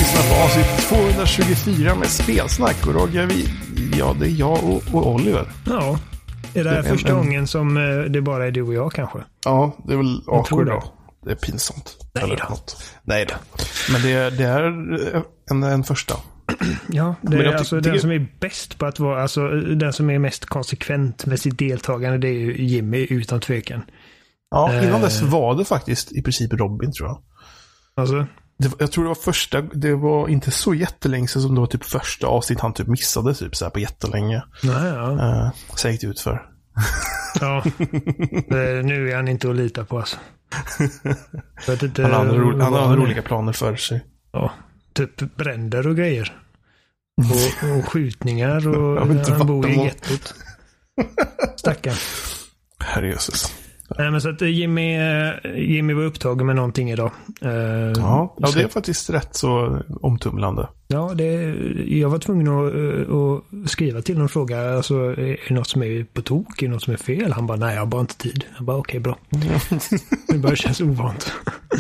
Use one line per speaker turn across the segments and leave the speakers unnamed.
lyssnar på avsnitt 224 med spelsnack. Och Roger, det är jag och Oliver.
Ja, är det här första gången som det bara är du och jag kanske?
Ja, det är väl awkward
det.
då. Det är pinsamt.
Nej då.
Nej då. Men det är en första.
Ja, det är alltså den som är bäst på att vara, alltså den som är mest konsekvent med sitt deltagande, det är ju Jimmy utan tvekan.
Ja, innan dess var det faktiskt i princip Robin, tror jag.
Alltså?
Jag tror det var inte så jättelänge som det var typ första avsnitt han typ missade typ så här på jättelänge.
Ja.
Så gick det ut för.
Ja, nu är han inte att lita på alltså.
Han hade roliga planer för sig.
Ja, typ bränder och grejer. Och skjutningar och han bor i gettot. Stackarn.
Herrejösses.
Nej, men så att Jimmy var upptagen med någonting idag.
Ja, det är faktiskt rätt så omtumlande.
Ja, jag var tvungen att skriva till någon fråga. Alltså, är det något som är på tok? Är det något som är fel? Han bara, nej, jag har bara inte tid. Jag bara, okej, bra. Det bara känns ovant.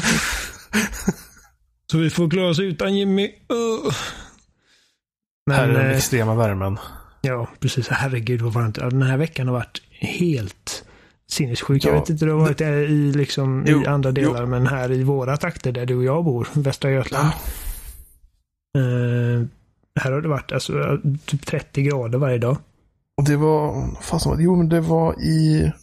Så vi får klara oss utan Jimmy. Men,
här är den extrema värmen.
Ja, precis. Herregud, vad varmt. Den här veckan har varit helt sinnessjuk. Jag vet inte hur det har varit i andra delar, men här i våra trakter där du och jag bor, Västra Götaland. Här har det varit alltså typ 30 grader varje dag. Och
det var det var i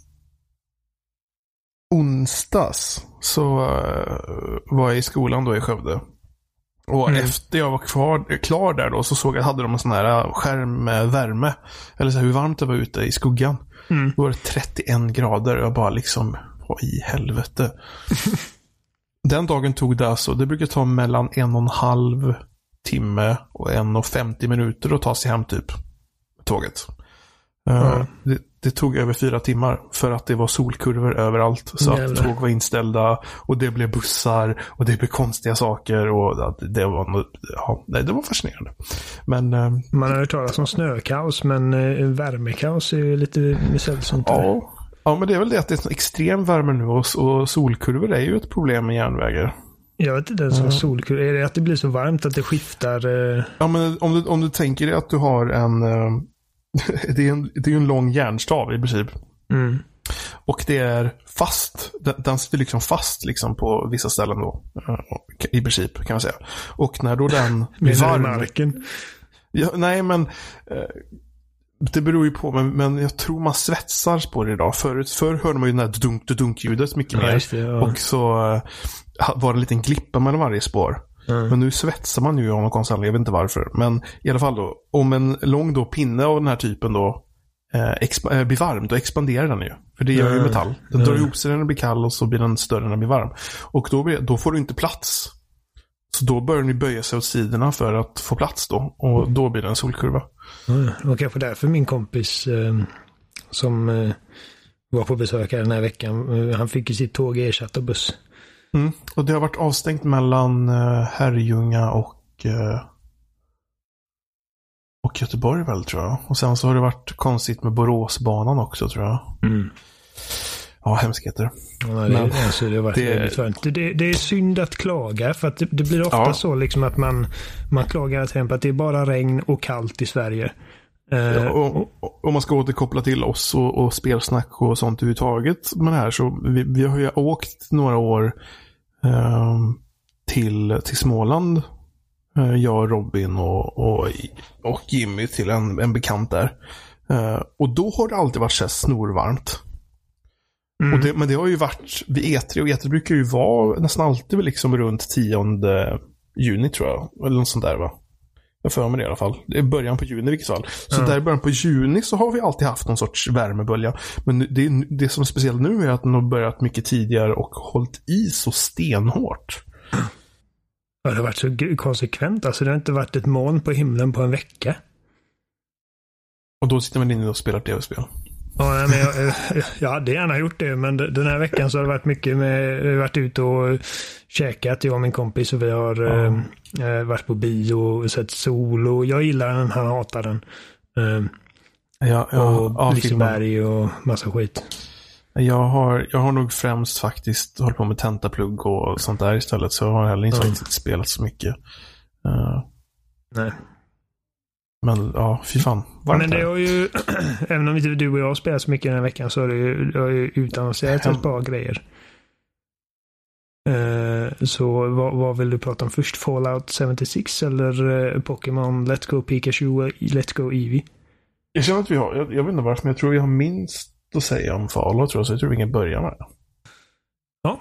onsdags så var jag i skolan då i Skövde. Och efter jag var klar där då så såg jag att hade de en sån här skärm med värme. Eller så här, hur varmt det var ute i skuggan. Då var det 31 grader och jag bara liksom, vad i helvete. Den dagen tog det alltså, det brukar ta mellan 1,5 timme och 1,50 minuter att ta sig hem typ tåget. Det tog över 4 timmar för att det var solkurvor överallt så att tåg var inställda och det blev bussar och det blev konstiga saker och det var fascinerande. Men
man har hört talas om snökaos, men värmekaos är ju lite sällsynt.
Ja, men det är väl det att det är extrem värme nu och solkurvor är ju ett problem med järnvägar.
Jag vet inte ens vad solkurvor är. Det att det blir så varmt att det skiftar?
Ja, men om du tänker dig att du har en det är ju en lång järnstav i princip. Och det är fast. Den sitter liksom fast liksom på vissa ställen då. I princip kan man säga. Och när då den blir varm.
Marken?
Ja, nej, men det beror ju på. Men jag tror man svetsar på det idag. Förr hörde man ju den där dunk-ljudet mycket mer.
Det, ja.
Och så var det en liten glippa mellan varje spår. Men nu svetsar man ju av någon konstant, jag vet inte varför. Men i alla fall då, om en lång då pinne av den här typen då blir varm, då expanderar den ju. För det gör ju metall. Den drar ihop sig när den blir kall och så blir den större när den blir varm. Och då får du inte plats. Så då börjar den ju böja sig åt sidorna för att få plats då. Och då blir det en solkurva.
Och kanske därför min kompis som var på besök här den här veckan, han fick ju sitt tåg ersatt av buss.
Och det har varit avstängt mellan Herrljunga och Göteborg väl, tror jag. Och sen så har det varit konstigt med Boråsbanan också, tror jag. Ja, hemskheter.
Ja, det har varit väldigt varmt. Det är synd att klaga, för att det blir ofta så liksom att man klagar till att det är bara regn och kallt i Sverige.
Om man ska återkoppla till oss och spelsnack och sånt överhuvudtaget med det här, så vi har ju åkt några år till Småland, jag, Robin och Jimmy till en bekant där, och då har det alltid varit så snorvarmt. Men det har ju varit vid E3, och E3 brukar ju vara nästan alltid liksom runt 10 juni, tror jag, eller något sånt där, va? Jag för mig det i alla fall. Det är början på juni i vilket fall. Så där i början på juni så har vi alltid haft någon sorts värmebölja. Men det som är speciellt nu är att den har börjat mycket tidigare och hållit i så stenhårt.
Ja, det har varit så konsekvent. Alltså det har inte varit ett moln på himlen på en vecka.
Och då sitter man inne och spelar tv-spel.
Ja, men jag hade gärna gjort det, men den här veckan så har det varit mycket med, vi har varit ute och käkat, jag och min kompis, och vi har varit på bio och sett sol, och jag gillar den, han hatar den. Och Liseberg och massa skit.
Jag har nog främst faktiskt hållit på med tentaplugg och sånt där istället, så jag har heller inte spelat så mycket.
Nej.
Men ja, fy fan.
Men det har ju, även om inte du och jag spelar så mycket den här veckan, så har det har ju utannonserat ett par grejer. Så vad vill du prata om först? Fallout 76 eller Pokémon Let's Go Pikachu och Let's Go Eevee?
Jag känner att vi har, jag vet inte varför, men jag tror vi har minst att säga om Fallout, så jag tror vi kan börja med det.
Ja.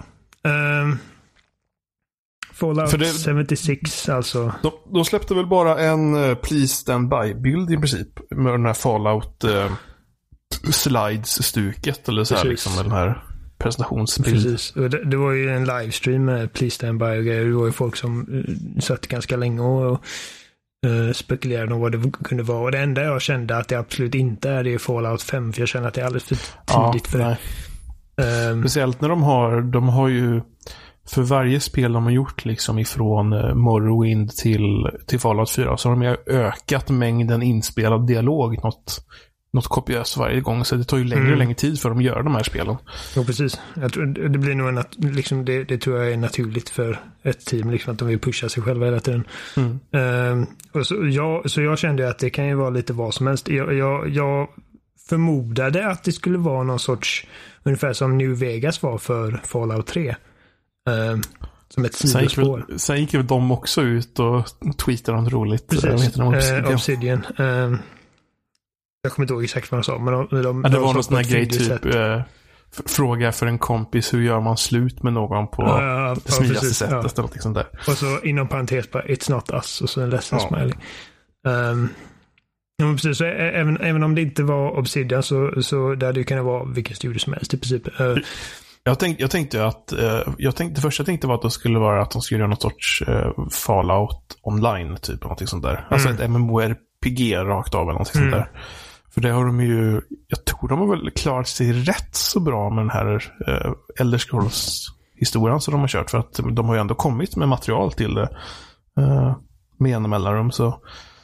Fallout 76 alltså.
De släppte väl bara en Please Stand By-bild i princip med den här Fallout slides-stuket eller så här, liksom, med den här presentationsbild.
Precis. Och det var ju en livestream med Please Stand By och grejer. Det var ju folk som satt ganska länge och spekulerade om vad det kunde vara. Och det enda jag kände att det absolut inte är, det är Fallout 5, för jag känner att det är alldeles för tidigt för det.
Speciellt när de har ju för varje spel de har gjort liksom ifrån Morrowind till Fallout 4, så har de ju ökat mängden inspelad dialog något kopiöst varje gång, så det tar ju längre och längre tid för dem att göra de här spelen.
Ja, precis. Jag tror det blir nog liksom det tror jag är naturligt för ett team, liksom, att de vill pusha sig själva hela tiden. Och så jag kände att det kan ju vara lite vad som helst. Jag förmodade att det skulle vara någon sorts, ungefär som New Vegas var för Fallout 3. Som ett sidospår.
Sen gick ju de också ut och tweetade något roligt.
Precis. Obsidian. Jag kommer inte ihåg exakt vad de sa. Men
det var någon sån här grej, typ fråga för en kompis, hur gör man slut med någon på det smidigaste sättet. Ja. Sånt där.
Och så inom parentes bara, it's not us, och så en ledsen smiley. Ja, precis. Så även om det inte var Obsidian, så där det kan vara vilken studio som helst i princip.
Det första jag tänkte var att det skulle vara att de skulle göra något sorts Fallout online, typ någonting sånt där. Alltså ett MMORPG rakt av eller någonting sånt där. För det har de ju, jag tror de har väl klarat sig rätt så bra med den här Elder Scrolls-historien som de har kört, för att de har ju ändå kommit med material till det med en mellanrum, så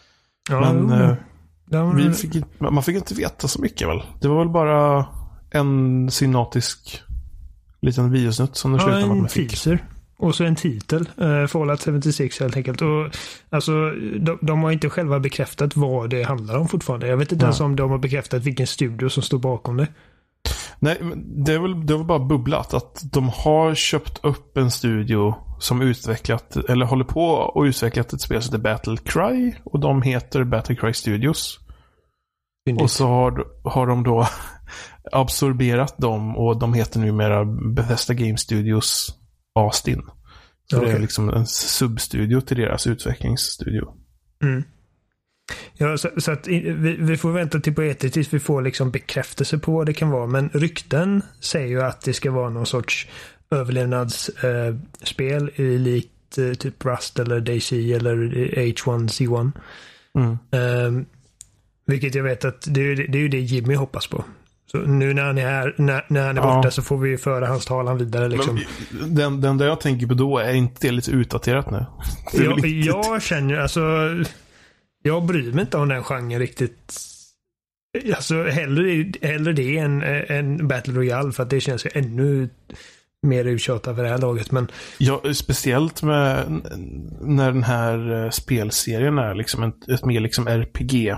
man fick inte veta så mycket väl. Det var väl bara en synatisk liten videosnutt som de slutade med.
En teaser. Och så en titel. Fallout 76 helt enkelt. Och alltså, de har inte själva bekräftat vad det handlar om fortfarande. Jag vet inte ens om de har bekräftat vilken studio som står bakom det.
Nej, det är väl bara bubblat att de har köpt upp en studio som utvecklat, eller håller på att utvecklat ett spel som heter Battle Cry, och de heter Battle Cry Studios. Och så har de då absorberat dem, och de heter numera Bethesda Game Studios Austin. Så det är liksom en substudio till deras utvecklingsstudio.
Ja, så att vi får vänta till på E3 tills vi får liksom bekräftelse på vad det kan vara. Men rykten säger ju att det ska vara någon sorts överlevnadsspel likt typ Rust eller DayZ eller H1Z1. Vilket jag vet att det är ju det Jimmy hoppas på. Så nu när han är borta så får vi föra hans talan vidare liksom.
Den där jag tänker på då, är inte det lite utdaterat nu?
Jag känner, alltså, jag bryr mig inte om den genren riktigt. Alltså hellre det än en Battle Royale, för att det känns ju ännu mer uttjatat för det här laget. Men
ja, speciellt med när den här spelserien är liksom ett mer liksom RPG.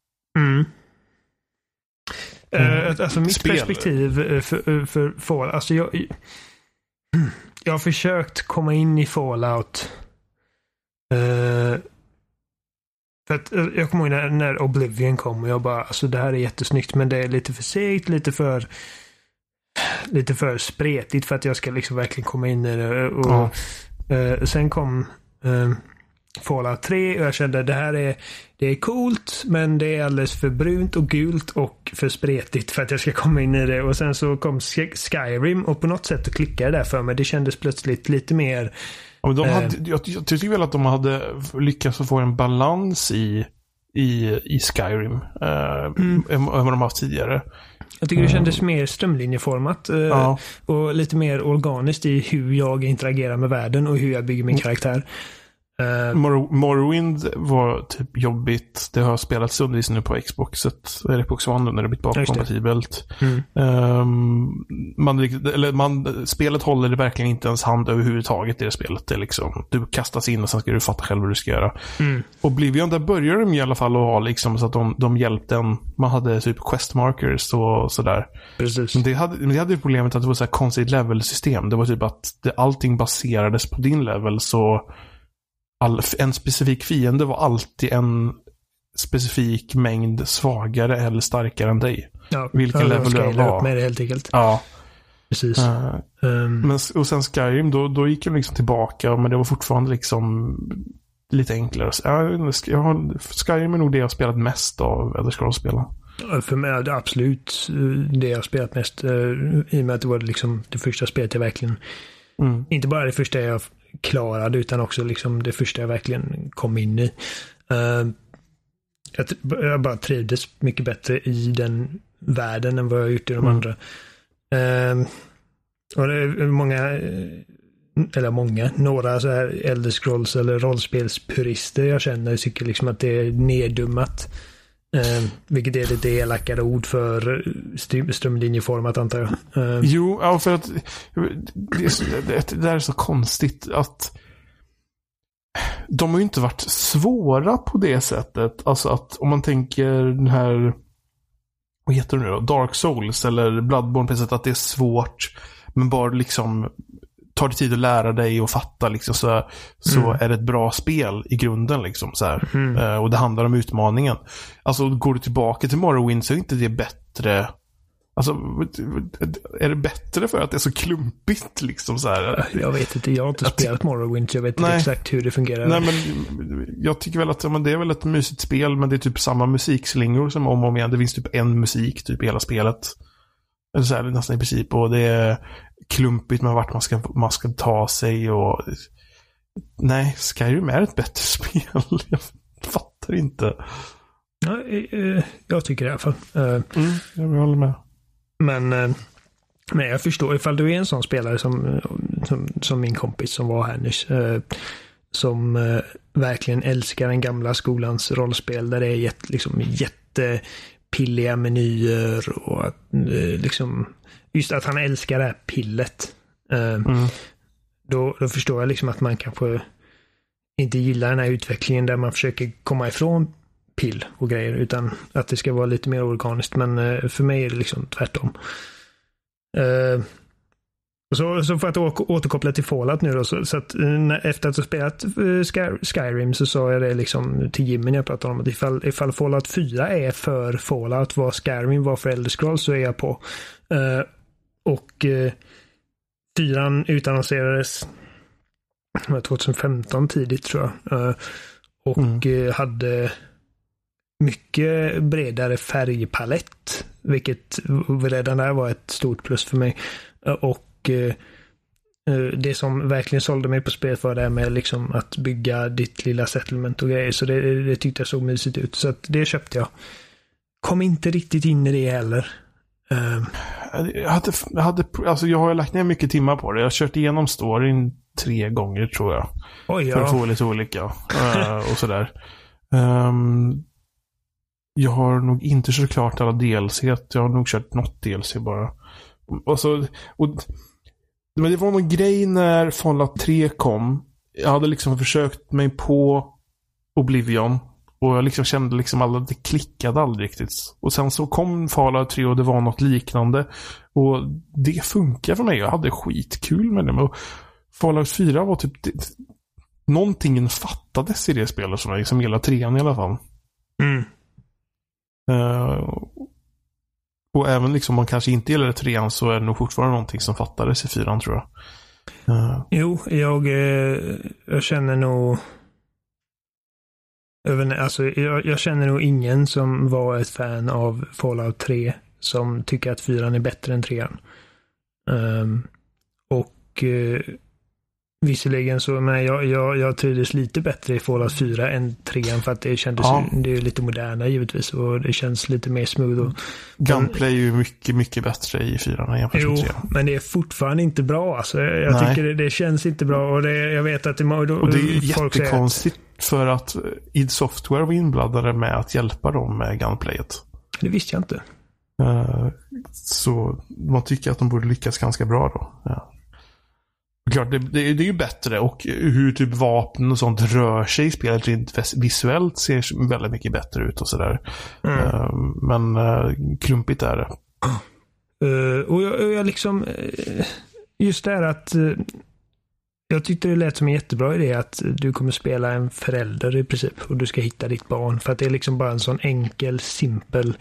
Alltså mitt perspektiv för Fallout, alltså jag har försökt komma in i Fallout för att jag kommer ihåg när Oblivion kom, och jag bara, alltså det här är jättesnyggt, men det är lite för segt, lite för spretigt för att jag ska liksom verkligen komma in i det, och sen kom Fallout 3 och jag kände det är coolt, men det är alldeles för brunt och gult och för spretigt för att jag ska komma in i det. Och sen så kom Skyrim, och på något sätt klickade det där för mig. Det kändes plötsligt lite mer...
Jag tycker väl att de hade lyckats få en balans i Skyrim än vad de haft tidigare.
Jag tycker det kändes mer strömlinjeformat och lite mer organiskt i hur jag interagerar med världen och hur jag bygger min karaktär.
Morrowind var typ jobbigt. Det har spelats undervis nu på Xboxet eller Xbox One när det blivit bakkompatibelt. Spelet håller det verkligen inte ens hand överhuvudtaget i det spelet. Det är liksom, du kastas in och sen ska du fatta själv vad du ska göra. Oblivion, där började de i alla fall att ha liksom så att de hjälpte en. Man hade typ quest markers och sådär.
Precis.
Men det hade ju problemet att det var så här konstigt level-system. Det var typ att allting baserades på din level, så en specifik fiende var alltid en specifik mängd svagare eller starkare än dig.
Ja,
vilken level du var.
Med det helt enkelt.
Ja.
Precis.
Men, och sen Skyrim, då gick jag liksom tillbaka, men det var fortfarande liksom lite enklare. Skyrim är nog det jag har spelat mest av Elder Scrolls-spelen.
För mig är det absolut det jag har spelat mest, i och med att det var liksom det första spelet jag verkligen inte bara det första jag klarade, utan också liksom det första jag verkligen kom in i. Jag bara trivdes mycket bättre i den världen än vad jag gjort i de andra. Och det är några så här Elder Scrolls eller rollspelspurister jag känner tycker liksom att det är neddummat. Vilket är lite elakare ord för strömlinjeformat, antar jag.
Jo, ja, för att det där är så konstigt att de har ju inte varit svåra på det sättet. Alltså att om man tänker den här, vad heter det nu då? Dark Souls eller Bloodborne, på ett sätt att det är svårt, men bara liksom tar det tid att lära dig och fatta liksom, så är det ett bra spel i grunden liksom, så här. Och det handlar om utmaningen. Alltså går du tillbaka till Morrowind så är inte det bättre. Alltså är det bättre för att det är så klumpigt liksom, så här? Jag
vet inte, jag har inte spelat Morrowind, så jag vet inte exakt hur det fungerar.
Nej, men jag tycker väl att det är väl ett mysigt spel, men det är typ samma musikslingor som om och om igen. Det finns typ en musik typ i hela spelet. Eller så här, nästan i princip, och det är klumpigt med vart man ska ta sig och nej, Skyrim är ett bättre spel. Jag fattar inte.
Jag tycker det i alla fall.
Jag håller med.
Men jag förstår, ifall du är en sån spelare som min kompis som var här nyss, som verkligen älskar den gamla skolans rollspel där det är jättepilliga menyer och att, liksom, just att han älskar det här pillet. Då förstår jag liksom att man kanske inte gillar den här utvecklingen där man försöker komma ifrån pill och grejer, utan att det ska vara lite mer organiskt. Men för mig är det liksom tvärtom. Så för att återkoppla till Fallout nu då, så att efter att ha spelat Skyrim så sa jag det liksom till Jimmy när jag pratade om att ifall Fallout 4 är för Fallout vad Skyrim var för Elder Scrolls, så är jag på. Och 4 utannonserades 2015 tidigt, tror jag. Och hade mycket bredare färgpalett, vilket redan där var ett stort plus för mig. Och det som verkligen sålde mig på spelet var det här med liksom att bygga ditt lilla settlement och grejer, så det tyckte jag såg mysigt ut, så att det köpte jag. Kom inte riktigt in i det heller.
Jag har lagt ner mycket timmar på det. Jag har kört igenom storyn 3 gånger, tror jag. För att få lite olika och sådär. Jag har nog inte kört klart alla DLC. Jag har nog kört något DLC bara. Men det var någon grej när Fallout 3 kom. Jag hade liksom försökt mig på Oblivion, och jag liksom kände liksom att det klickade aldrig riktigt. Och sen så kom Fallout 3 och det var något liknande. Och det funkar för mig. Jag hade skitkul med det. Och Fallout 4 var typ någonting fattades i det spelet som liksom hela 3:an i alla fall. Och även liksom om man kanske inte gillar 3:an, så är det nog fortfarande någonting som fattades i 4:an, tror jag.
Jo, jag känner nog jag känner nog ingen som var ett fan av Fallout 3 som tycker att 4:an är bättre än 3:an. Och Visserligen så, men jag trivdes lite bättre i Fallout 4 än 3 för att det kändes det är lite moderna givetvis och det känns lite mer smooth. Och,
gunplay är ju mycket, mycket bättre i 4 jämfört med 3.
Men det är fortfarande inte bra. Alltså, jag tycker det känns inte bra och jag vet att
och det är jättekonstigt för att id Software var inblandade med att hjälpa dem med gunplayet.
Det visste jag inte.
Så man tycker att de borde lyckas ganska bra då. Ja. Klart, det är ju bättre och hur typ vapen och sånt rör sig i spelet visuellt ser väldigt mycket bättre ut och sådär. Men klumpigt är det.
Och jag liksom just det här att jag tyckte det lät som en jättebra idé att du kommer spela en förälder i princip och du ska hitta ditt barn för att det är liksom bara en sån enkel, simpel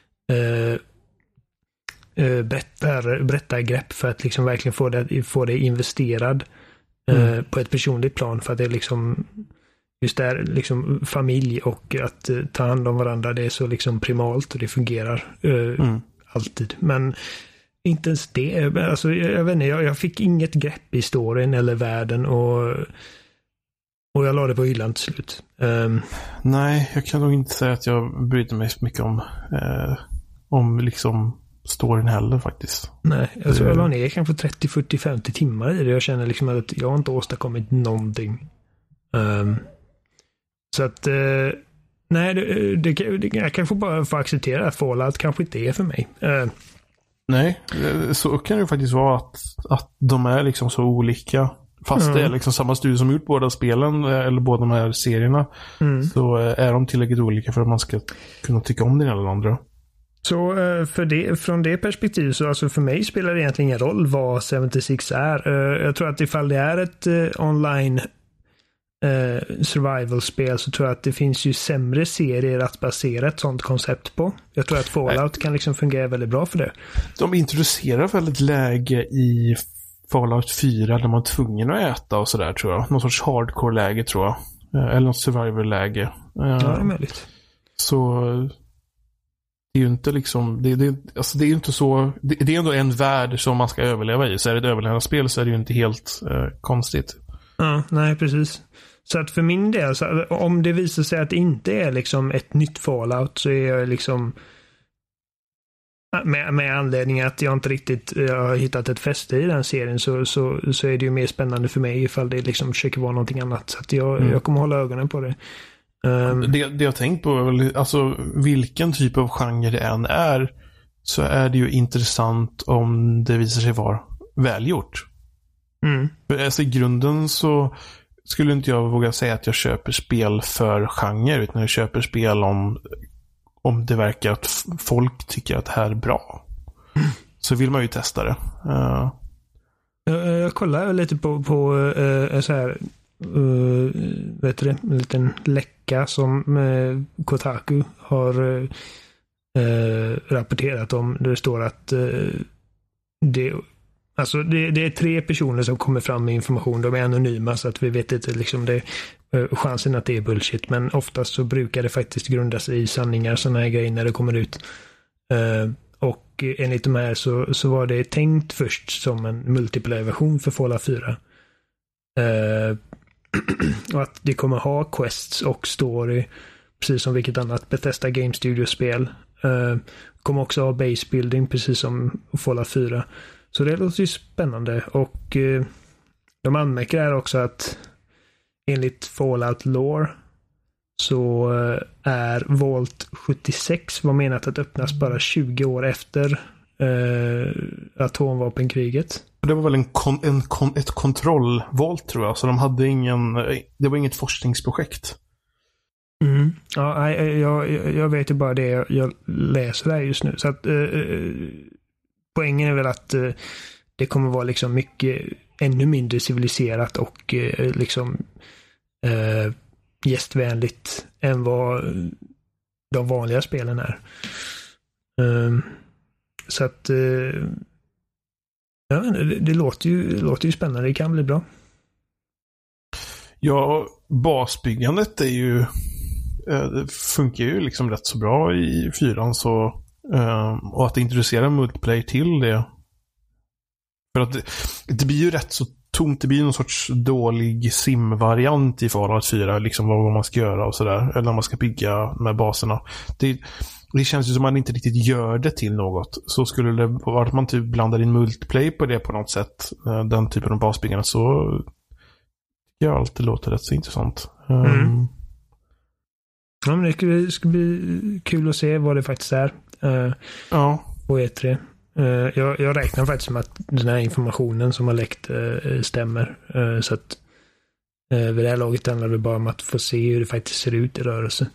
berättargrepp för att liksom verkligen få det investerad på ett personligt plan för att det är liksom just där liksom familj och att ta hand om varandra det är så liksom primalt och det fungerar alltid. Men inte ens det. Alltså, jag vet inte, jag fick inget grepp i storyn eller världen och jag la det på hyllan till slut.
Nej, jag kan nog inte säga att jag brydde mig så mycket om liksom storyn heller faktiskt.
Nej, alltså jag la ner kanske 30, 40, 50 timmar i det. Jag känner liksom att jag inte åstadkommit någonting. Så att nej, jag kanske bara får acceptera att Fallout kanske inte är för mig.
Nej, så kan det ju faktiskt vara att de är liksom så olika. Fast det är liksom samma studio som gjort båda spelen eller båda de här serierna så är de tillräckligt olika för att man ska kunna tycka om den eller andra.
Så från det perspektivet så alltså för mig spelar det egentligen ingen roll vad 76 är. Jag tror att ifall det är ett online survival-spel så tror jag att det finns ju sämre serier att basera ett sånt koncept på. Jag tror att Fallout kan liksom fungera väldigt bra för det. De
introducerar väldigt läge i Fallout 4 där man är tvungen att äta och sådär tror jag. Någon sorts hardcore-läge tror jag. Eller något survival-läge.
Ja, det är möjligt.
Så det är ju inte liksom det är ju inte så det är ändå en värld som man ska överleva i. Så är det ett överlevnadsspel så är det ju inte helt konstigt.
Ja, nej precis. Så att för min del så, om det visar sig att det inte är liksom ett nytt Fallout så är jag liksom med anledning att jag inte riktigt har hittat ett fäste i den serien så är det ju mer spännande för mig ifall det liksom försöker vara någonting annat. Så att jag kommer hålla ögonen på det.
Det jag tänkt på är väl, alltså vilken typ av genre det än är så är det ju intressant om det visar sig vara välgjort. Alltså i grunden så skulle inte jag våga säga att jag köper spel för genre utan jag köper spel om det verkar att folk tycker att det här är bra. Så vill man ju testa det.
Jag kollar lite på så här vet du det, en liten läcka som Kotaku har rapporterat om där det står att det är 3 personer som kommer fram med information. De är anonyma så att vi vet inte liksom det chansen att det är bullshit, men oftast så brukar det faktiskt grunda sig i sanningar, sådana här grejer när det kommer ut. Och enligt de här så var det tänkt först som en multiplayer-version för Fallout 4. Och att det kommer ha quests och story precis som vilket annat Bethesda Game Studio-spel. Kommer också ha base building precis som Fallout 4. Så det låter ju spännande och de anmärker här också att enligt Fallout Lore så är Vault 76 var menat att öppnas bara 20 år efter atomvapenkriget.
Det var väl ett kontrollvolt tror jag, så de hade det var inget forskningsprojekt.
Ja, jag vet ju bara det jag läser där just nu. Så att poängen är väl att det kommer vara liksom mycket ännu mindre civiliserat och liksom gästvänligt än vad de vanliga spelen är. Så att ja, det låter ju spännande. Det kan bli bra.
Ja, basbyggandet är ju det funkar ju liksom rätt så bra i 4 så och att introducera multiplayer till det. För att det blir ju rätt så tomt. Det blir någon sorts dålig sim-variant i Fallout 4, liksom vad man ska göra och sådär, eller när man ska bygga med baserna. Det känns ju som man inte riktigt gör det till något. Så skulle det vara att man typ blandar in multiplayer på det på något sätt, den typen av basbyggande, så jag alltid låter rätt så intressant.
Ja, men det ska bli kul att se vad det faktiskt är på E3. Jag räknar faktiskt med att den här informationen som har läckt stämmer. Så att vid det här laget handlar det bara om att få se hur det faktiskt ser ut i rörelse.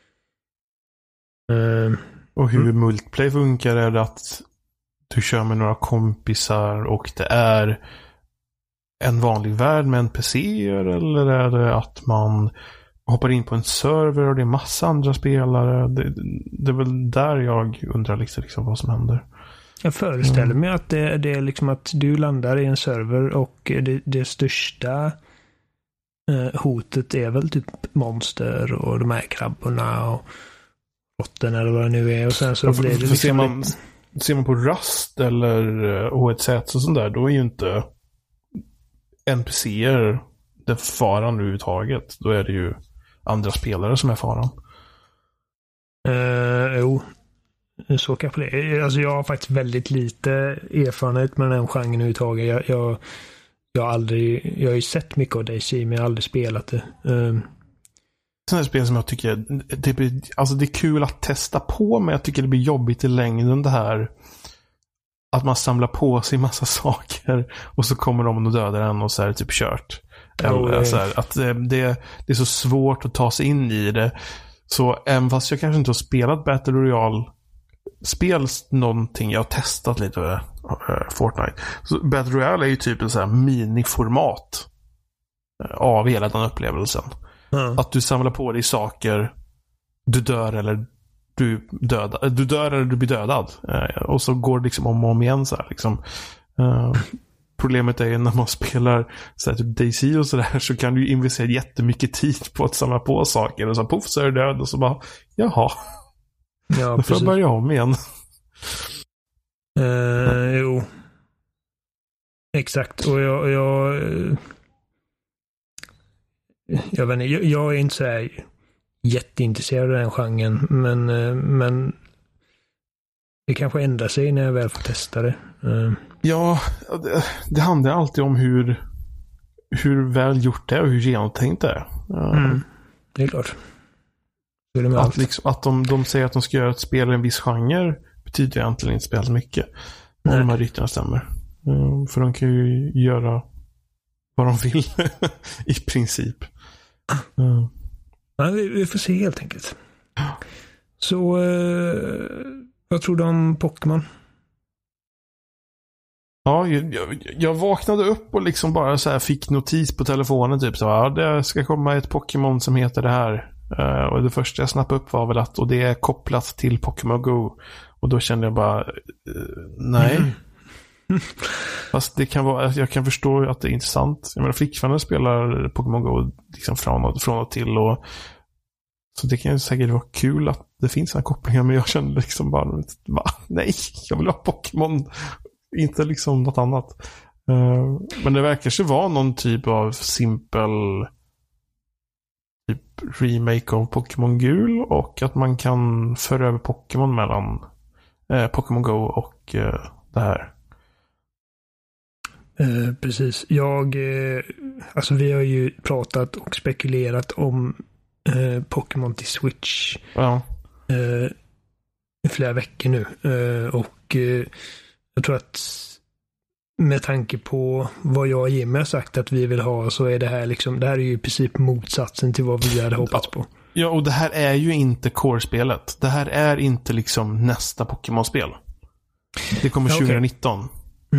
Och hur multiplayer funkar är det att du kör med några kompisar och det är en vanlig värld med NPC:er, eller är det att man hoppar in på en server och det är massa andra spelare? Det är väl där jag undrar liksom vad som händer.
Jag föreställer mig att det är liksom att du landar i en server och det största hotet är väl typ monster och de här krabborna och botten eller vad det nu är, och sen så blir det liksom
ser man på Rust eller H1Z och sånt där, då är ju inte NPC:er det faran överhuvudtaget. Då är det ju andra spelare som är faran.
Jo, så kanske det är. Alltså jag har faktiskt väldigt lite erfarenhet med den genren överhuvudtaget. Jag har ju sett mycket av DayZ, men jag har aldrig spelat det.
Sådana spel som jag tycker det är kul att testa på, men jag tycker det blir jobbigt i längden, det här att man samlar på sig massa saker och så kommer de och dödar en och så är det typ kört. Eller så här, att det är så svårt att ta sig in i det. Så även fast jag kanske inte har spelat Battle Royale spels någonting, jag har testat lite Fortnite. Så Battle Royale är ju typ en så här miniformat av hela den upplevelsen. Att du samlar på dig saker, du dör eller du blir dödad, och så går det liksom om och om igen så här, liksom. Problemet är ju när man spelar så här, typ DayZ och sådär, så kan du ju investera jättemycket tid på att samla på saker och så poff så är du död och så bara, jaha, då får jag börja om igen.
Jo, exakt. Och jag vet inte, jag är inte så här jätteintresserad av den genren, men det kanske ändrar sig när jag väl får testa det.
Ja, det handlar alltid om hur väl gjort det är och hur genomtänkt det är.
Det är klart.
Att de säger att de ska göra ett spel i en viss genre betyder egentligen inte speciellt mycket. Om de här ryttarna stämmer. För de kan ju göra vad de vill i princip.
Ja, vi får se helt enkelt. Så vad tror du om Pokémon?
Ja, jag vaknade upp och liksom bara så här fick notis på telefonen typ så ja, det ska komma ett Pokémon som heter det här. Och det första jag snappade upp var väl att, och det är kopplat till Pokémon Go. Och då kände jag bara nej. Fast det kan vara, jag kan förstå att det är intressant. Jag menar, flickvänner spelar Pokémon Go liksom från och till, och så det kan ju säkert vara kul att det finns en koppling, men jag kände liksom bara nej, jag vill ha Pokémon, inte liksom något annat. Men det verkar ju vara någon typ av simpel typ remake av Pokémon Gul, och att man kan föra över Pokémon mellan Pokémon Go och det här.
Precis. Alltså vi har ju pratat och spekulerat om Pokémon till Switch i flera veckor nu. Och jag tror att med tanke på vad jag och Jimmy har sagt att vi vill ha, så är det här liksom, det här är ju i princip motsatsen till vad vi hade hoppats på. Ja,
och det här är ju inte core-spelet. Det här är inte liksom nästa Pokémon-spel. Det kommer 2019.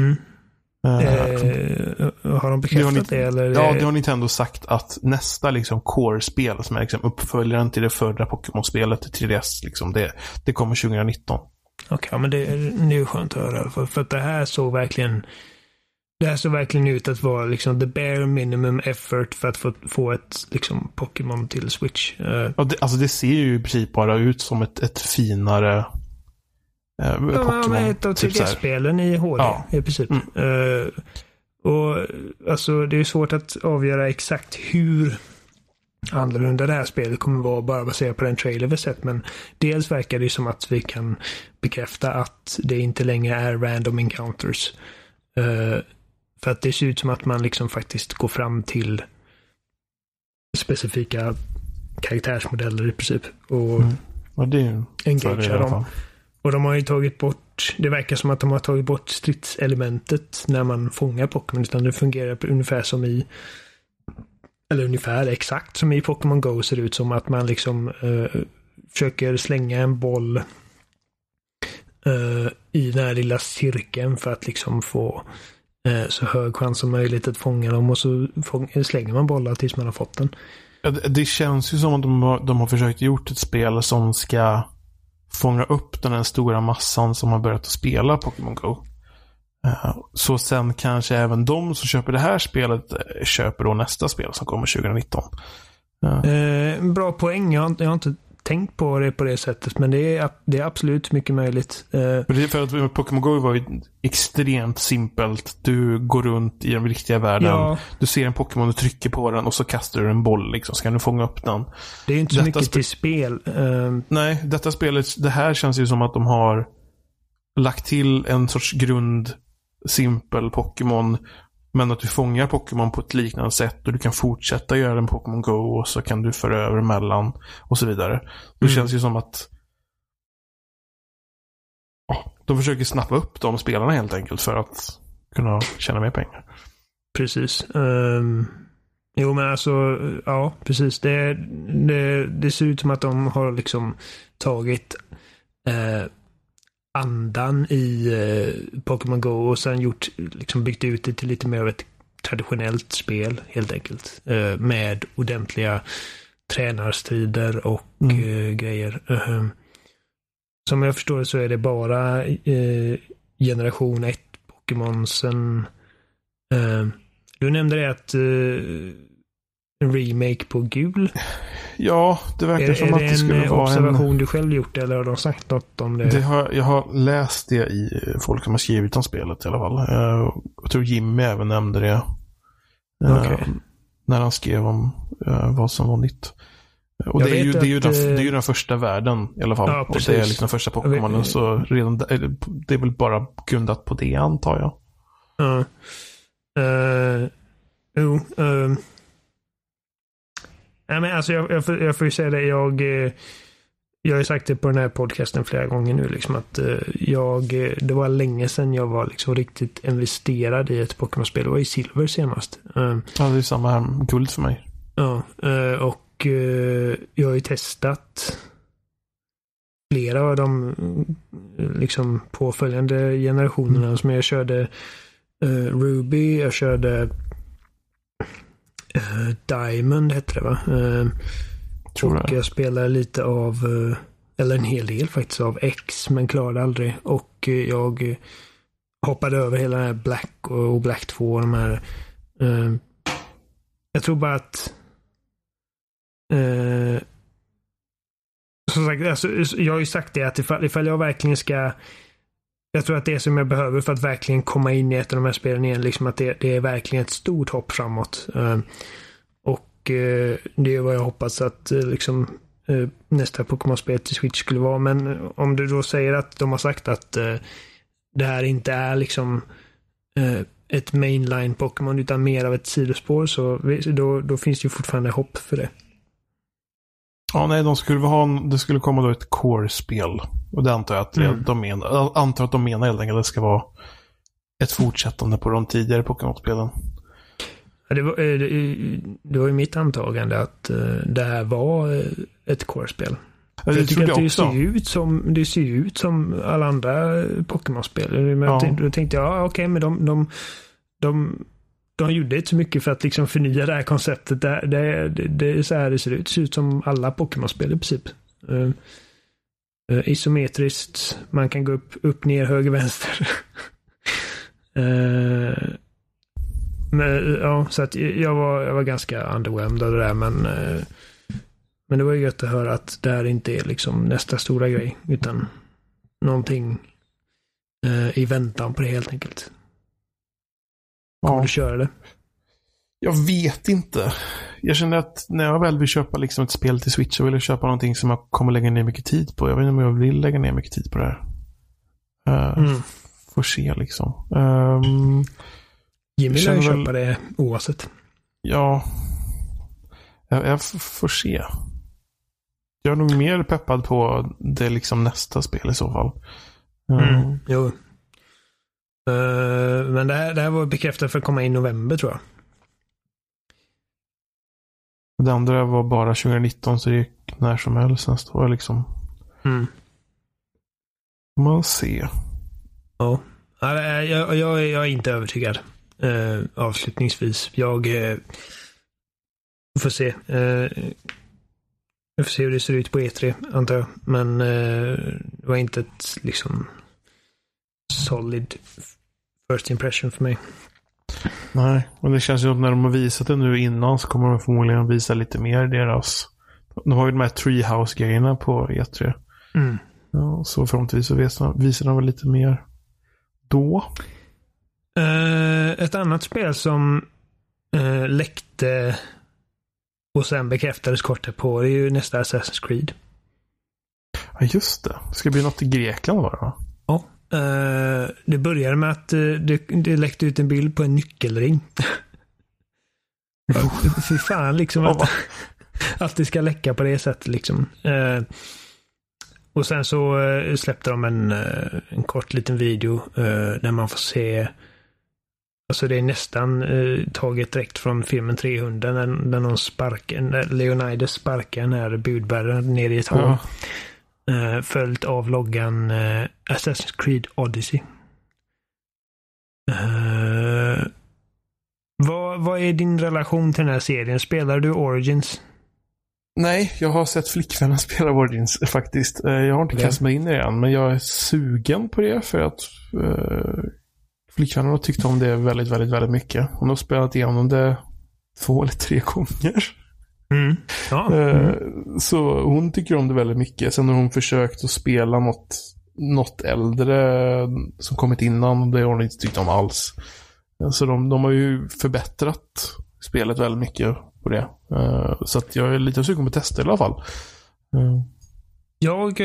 Har de bekräftat det eller?
Ja, det har Nintendo sagt, att nästa liksom core-spel som är liksom uppföljaren till det förra Pokémon-spelet till 3DS liksom, det kommer 2019.
Okej, men det är ju skönt att höra, för att det här såg verkligen ut att vara liksom the bare minimum effort för att få ett liksom Pokémon till Switch.
Ja, det ser ju i princip bara ut som ett finare Pokémon.
Ja, ett av 3D-spelen i HD i princip. Och alltså det är svårt att avgöra exakt hur annorlunda det här spelet kommer vara bara baserat på den trailer vi sett, men dels verkar det som att vi kan bekräfta att det inte längre är random encounters. För att det ser ut som att man liksom faktiskt går fram till specifika karaktärsmodeller i princip och
det
engagea dem. Och de har ju tagit bort, det verkar som att de har tagit bort stridselementet när man fångar Pokémon, utan det fungerar ungefär som i, eller ungefär exakt som i Pokémon Go, ser det ut som att man liksom försöker slänga en boll i den här lilla cirkeln för att liksom få så hög chans som möjligt att fånga dem, och så slänger man bollar tills man har fått den.
Det känns ju som att de har försökt gjort ett spel som ska fånga upp den här stora massan som har börjat att spela Pokémon Go. Så sen kanske även de som köper det här spelet köper då nästa spel som kommer 2019.
Bra poäng. Jag har inte tänkt på det på det sättet, men det är absolut mycket möjligt.
Det är för att Pokémon Go var ju extremt simpelt. Du går runt i den riktiga världen. Ja. Du ser en Pokémon, du trycker på den och så kastar du en boll liksom. Så kan du fånga upp den.
Det är inte så mycket till spel.
Nej, detta spelet, det här känns ju som att de har lagt till en sorts grund simpel Pokémon, men att du fångar Pokémon på ett liknande sätt och du kan fortsätta göra en Pokémon Go och så kan du föra över mellan och så vidare. Det känns ju som att de försöker snappa upp de spelarna helt enkelt för att kunna tjäna mer pengar.
Precis. Jo, men alltså, ja, precis. Det ser ut som att de har liksom tagit andan i Pokémon Go och sen liksom byggt ut det till lite mer av ett traditionellt spel helt enkelt. Med ordentliga tränarstrider och grejer. Som jag förstår så är det bara generation 1 Pokémon sen du nämnde det att en remake på gul.
Ja, det verkar som att det skulle vara en
observation du själv gjort, eller har de sagt något om det?
Jag har läst det i folk som har skrivit om spelet i alla fall. Jag tror Jimmy även nämnde det. När han skrev om vad som var nytt. Och det är ju den första världen i alla fall. Ja, och det är liksom den första Pokémonen, så redan det är väl bara grundat på det, antar jag.
Ja. Nej, men alltså jag får ju säga det, jag har ju sagt det på den här podcasten flera gånger nu liksom, att det var länge sedan jag var liksom riktigt investerad i ett Pokémon-spel. Det var i Silver senast.
Ja, det är samma här, guld för mig.
Ja, och jag har ju testat flera av de liksom påföljande generationerna som jag körde Ruby, jag körde Diamond hette det, va? Och jag spelade lite av eller en hel del faktiskt av X, men klarade aldrig, och jag hoppade över hela den här Black och Black 2 och de här jag tror bara att som sagt, alltså, jag har ju sagt det att ifall jag verkligen ska, jag tror att det som jag behöver för att verkligen komma in i ett av de här spelen igen, liksom att det är verkligen ett stort hopp framåt. Och det är vad jag hoppas att liksom nästa Pokémon-spel till Switch skulle vara. Men om du då säger att de har sagt att det här inte är liksom ett mainline Pokémon utan mer av ett sidospår, så då finns det ju fortfarande hopp för det.
Ja, nej, det skulle komma då ett core-spel. Och det antar jag att de menar helt enkelt att det ska vara ett fortsättande på de tidigare Pokémon-spelen.
Ja, det var ju mitt antagande att det här var ett core-spel.
Ja, jag tycker
att det ser ut som alla andra Pokémon-spel. Men då tänkte jag, okej, men de gjorde inte så mycket för att liksom förnya det här konceptet. Det är så här det ser ut. Det ser ut som alla Pokémon-spel i princip. Isometriskt. Man kan gå upp, ner, höger, vänster. Men, ja, så att jag var ganska underwhelmed av det där, men det var ju gött att höra att det här inte är liksom nästa stora grej, utan någonting i väntan på det helt enkelt. Kommer du köra det?
Jag vet inte. Jag känner att när jag väl vill köpa liksom ett spel till Switch så vill jag köpa någonting som jag kommer lägga ner mycket tid på. Jag vet inte om jag vill lägga ner mycket tid på det här. Får se liksom.
Jimmy lär köpa det oavsett.
Ja. Jag får se. Jag är nog mer peppad på det liksom nästa spel i så fall.
Jo. Men det här var bekräftat för att komma in i november tror jag.
Det andra var bara 2019 så det gick när som helst nästa år liksom. Man ser.
Ja. Jag är inte övertygad. Avslutningsvis. Jag får se. Jag får se hur det ser ut på E3 antar jag. Men det var inte ett liksom solid first impression för mig.
Nej, men det känns ju som när de har visat det nu innan så kommer de förmodligen visa lite mer deras. De har ju de här Treehouse-grejerna på E3. Ja, så förhoppningsvis så visar de väl lite mer då.
Ett annat spel som läckte och sen bekräftades kort på är ju nästa Assassin's Creed.
Ja, just det. Det ska bli något i Grekland var det va?
Ja. Det började med att det läckte ut en bild på en nyckelring. Fy fan liksom att det ska läcka på det sättet liksom. Och sen så släppte de en kort liten video där man får se, alltså det är nästan taget direkt från filmen 300 när någon Leonidas sparkar den här budbäraren ner i ett hål. Följt av loggan Assassin's Creed Odyssey. Vad är din relation till den här serien? Spelar du Origins?
Nej, jag har sett flickvännen spela Origins faktiskt. Jag har inte kastat mig in i det än, men jag är sugen på det för att flickvännen har tyckt om det väldigt, väldigt, väldigt mycket. Hon har spelat igenom det 2 eller 3 gånger. Så hon tycker om det väldigt mycket. Sen har hon försökt att spela något äldre som kommit innan och det har hon inte tyckt om alls. Så de har ju förbättrat spelet väldigt mycket på det. Så att jag är lite sugen på att testa i alla fall.
Jag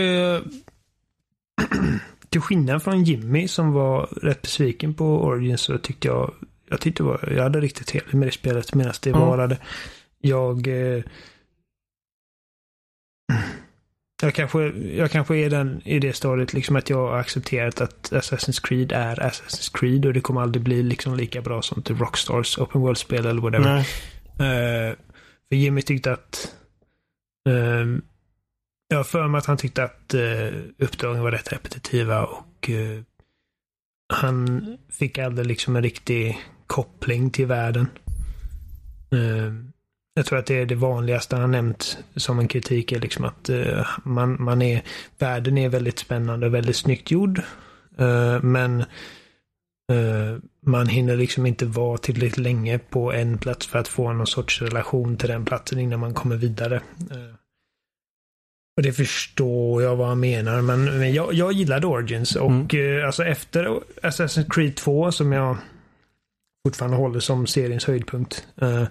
till skillnad från Jimmy som var rätt besviken på Origins så tyckte jag hade riktigt trevligt med det spelet medan det varade. Jag kanske är i det stadiet liksom att jag har accepterat att Assassin's Creed är Assassin's Creed och det kommer aldrig bli liksom lika bra som till Rockstars Open World-spel eller whatever. För Jimmy tyckte att jag har för mig att han tyckte att uppdragen var rätt repetitiva och han fick aldrig liksom en riktig koppling till världen. Jag tror att det är det vanligaste han nämnt som en kritik är liksom att världen är väldigt spännande och väldigt snyggt gjord. Men man hinner liksom inte vara tillräckligt länge på en plats för att få någon sorts relation till den platsen innan man kommer vidare. Och det förstår jag vad han menar. Men jag gillade Origins och alltså efter Assassin's Creed 2 som jag fortfarande håller som seriens höjdpunkt.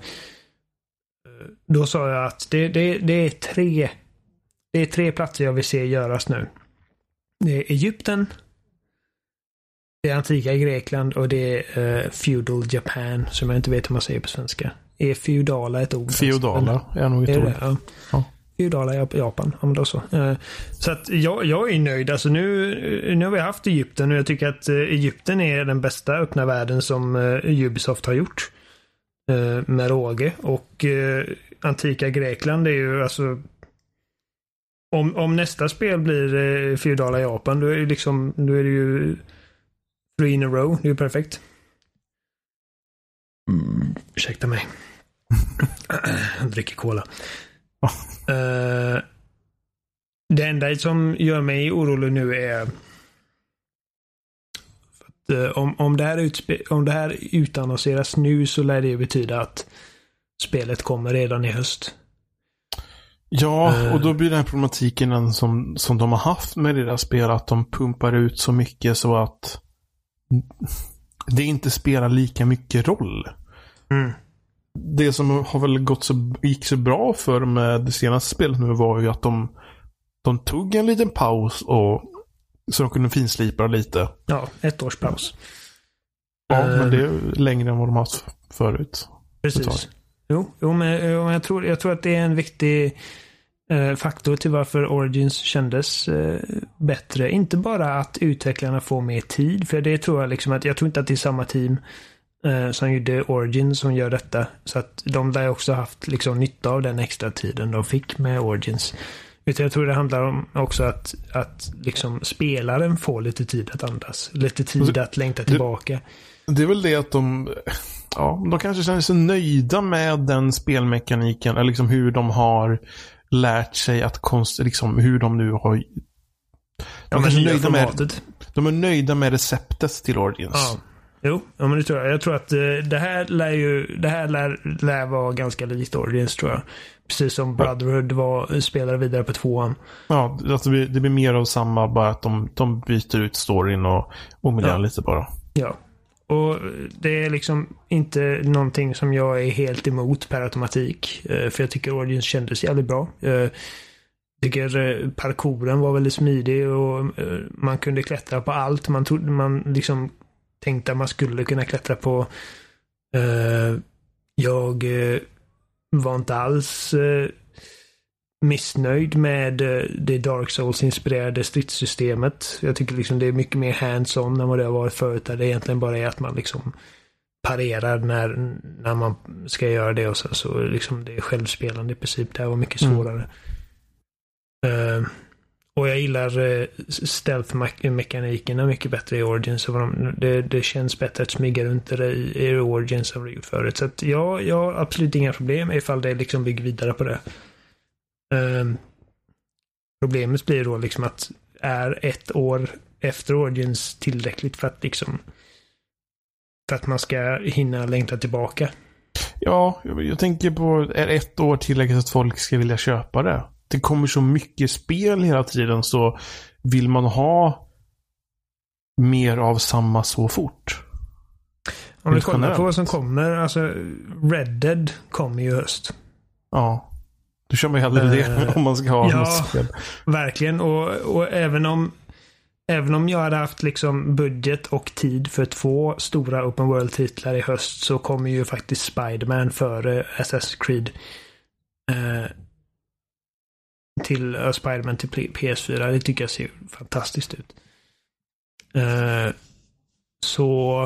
Då sa jag att det är 3 platser jag vill se göras nu. Det är Egypten, det är antika Grekland och det är feudal Japan som jag inte vet hur man säger på svenska. Är feudala ett ord?
Feudala är nog ett ord.
Ja. Feudala Japan, om det är så. Så att jag är nöjd. Alltså nu har vi haft Egypten och jag tycker att Egypten är den bästa öppna världen som Ubisoft har gjort. Med råge. Och antika Grekland är ju alltså om nästa spel blir feudala Japan då är det ju 3 in a row. Det är ju perfekt. Ursäkta mig. Jag dricker cola. Det enda som gör mig orolig nu är att om det här utannonseras nu så lär det betyda att spelet kommer redan i höst.
Ja, och då blir den här problematiken som de har haft med deras spel att de pumpar ut så mycket så att det inte spelar lika mycket roll. Det som har väl gick så bra för med det senaste spelet nu var ju att de tog en liten paus så de kunde finslipa lite.
Ja, 1 års paus.
Ja, men det är längre än vad de haft förut.
Precis. Jo, men jag tror att det är en viktig faktor till varför Origins kändes bättre. Inte bara att utvecklarna får mer tid, för det tror jag liksom att jag tror inte att det är samma team som gjorde Origins som gör detta. Så att de där också haft liksom nytta av den extra tiden de fick med Origins. Utan jag tror det handlar om också att liksom spelaren får lite tid att andas. Lite tid att längta tillbaka.
Det är väl det att de kanske känner sig nöjda med den spelmekaniken. Eller liksom hur de har lärt sig att liksom hur de nu har... De är nöjda med receptet till Origins.
Ja. Jo, men det tror jag. Jag tror att det här lär vara ganska likt Origins, tror jag. Precis som Brotherhood spelade vidare på 2:an. Ja,
alltså det blir mer av samma, bara att de byter ut storyn och miljön lite bara.
Ja, och det är liksom inte någonting som jag är helt emot per automatik. För jag tycker Origins kändes jävligt bra. Jag tycker parkouren var väldigt smidig och man kunde klättra på allt. Man liksom tänkte att man skulle kunna klättra på. Jag var inte alls missnöjd med det Dark Souls-inspirerade stridssystemet. Jag tycker liksom det är mycket mer hands-on än vad det har varit förut. Där det egentligen bara är att man liksom parerar när man ska göra det, och så liksom det är självspelande i princip. Det här var mycket svårare. Och jag gillar stealth-mekanikerna mycket bättre i Origins. Det känns bättre att smyga runt i Origins än det gjort förut. Så att jag har absolut inga problem ifall det liksom bygger vidare på det. Problemet blir då liksom att är 1 år efter Origins tillräckligt för att man ska hinna längta tillbaka?
Ja, jag tänker på, är 1 år tillräckligt att folk ska vilja köpa det? Det kommer så mycket spel hela tiden, så vill man ha mer av samma så fort.
Om vi kollar på vad som kommer, alltså Red Dead kommer ju i höst.
Ja, då kör man ju hellre det om man ska ha något spel.
Verkligen, och även om jag hade haft liksom budget och tid för 2 stora open world-titlar i höst, så kommer ju faktiskt Spider-Man före Assassin's Creed till Spider-Man till PS4. Det tycker jag ser fantastiskt ut. Så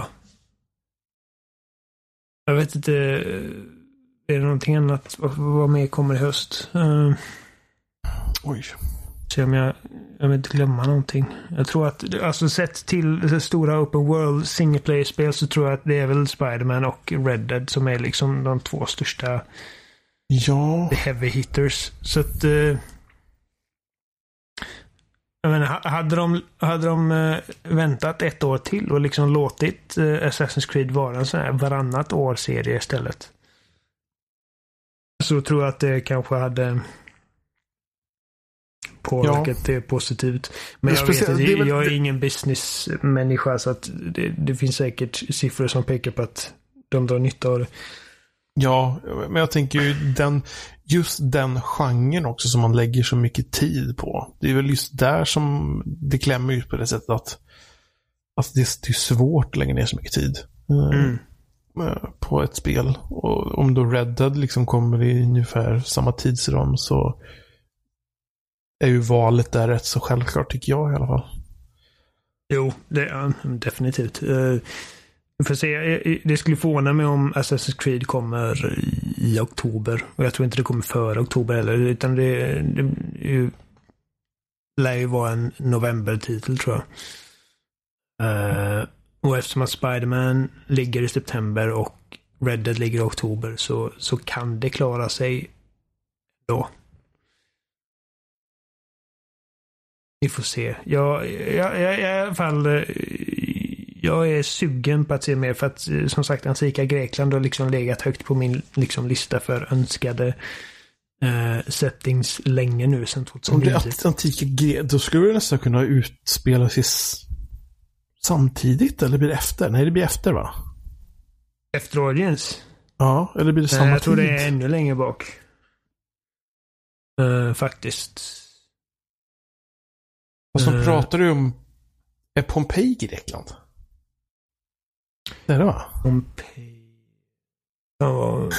jag vet inte, är det någonting annat vad mer kommer i höst?
Oj.
Se om jag vill inte glömma någonting. Jag tror att, alltså sett till det stora open world single player spel, så tror jag att det är väl Spider-Man och Red Dead som är liksom de 2 största heavy hitters. Så att jag menar, hade de väntat 1 år till och liksom låtit Assassin's Creed vara en sån här varannat år-serie istället, så tror jag att det kanske hade påverkat det positivt. Men jag vet att jag är ingen businessmänniska, så att det finns säkert siffror som pekar på att de drar nytta av det.
Ja, men jag tänker ju just den genren också som man lägger så mycket tid på. Det är väl just där som det klämmer ut på det sättet att det är svårt att lägga ner så mycket tid på ett spel. Och om då Red Dead liksom kommer i ungefär samma tidsram, så är ju valet där rätt så självklart, tycker jag i alla fall.
Jo, det är definitivt. För se, det skulle förvåna mig om Assassin's Creed kommer i oktober. Och jag tror inte det kommer före oktober heller. Utan det lär ju vara en novembertitel, tror jag. Och eftersom att Spider-Man ligger i september och Red Dead ligger i oktober, så kan det klara sig då. Vi får se. Jag i alla fall... Jag är sugen på att se mer, för att som sagt antika Grekland har liksom legat högt på min liksom lista för önskade settings länge nu sedan 2009.
Om det är antika Grekland, då skulle det nästan kunna utspela sig samtidigt eller blir det efter? Nej, det blir efter, va?
Efter Origins?
Ja, eller blir det samma tid?
Jag tror det är ännu längre bak. Faktiskt.
Och så pratar du om... Är Pompeji Grekland? Det är det, va?
Pompeji... Ja,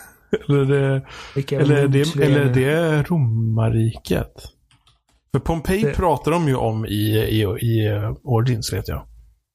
eller det är romarriket. För Pompeji pratar de ju om i Origins, vet jag.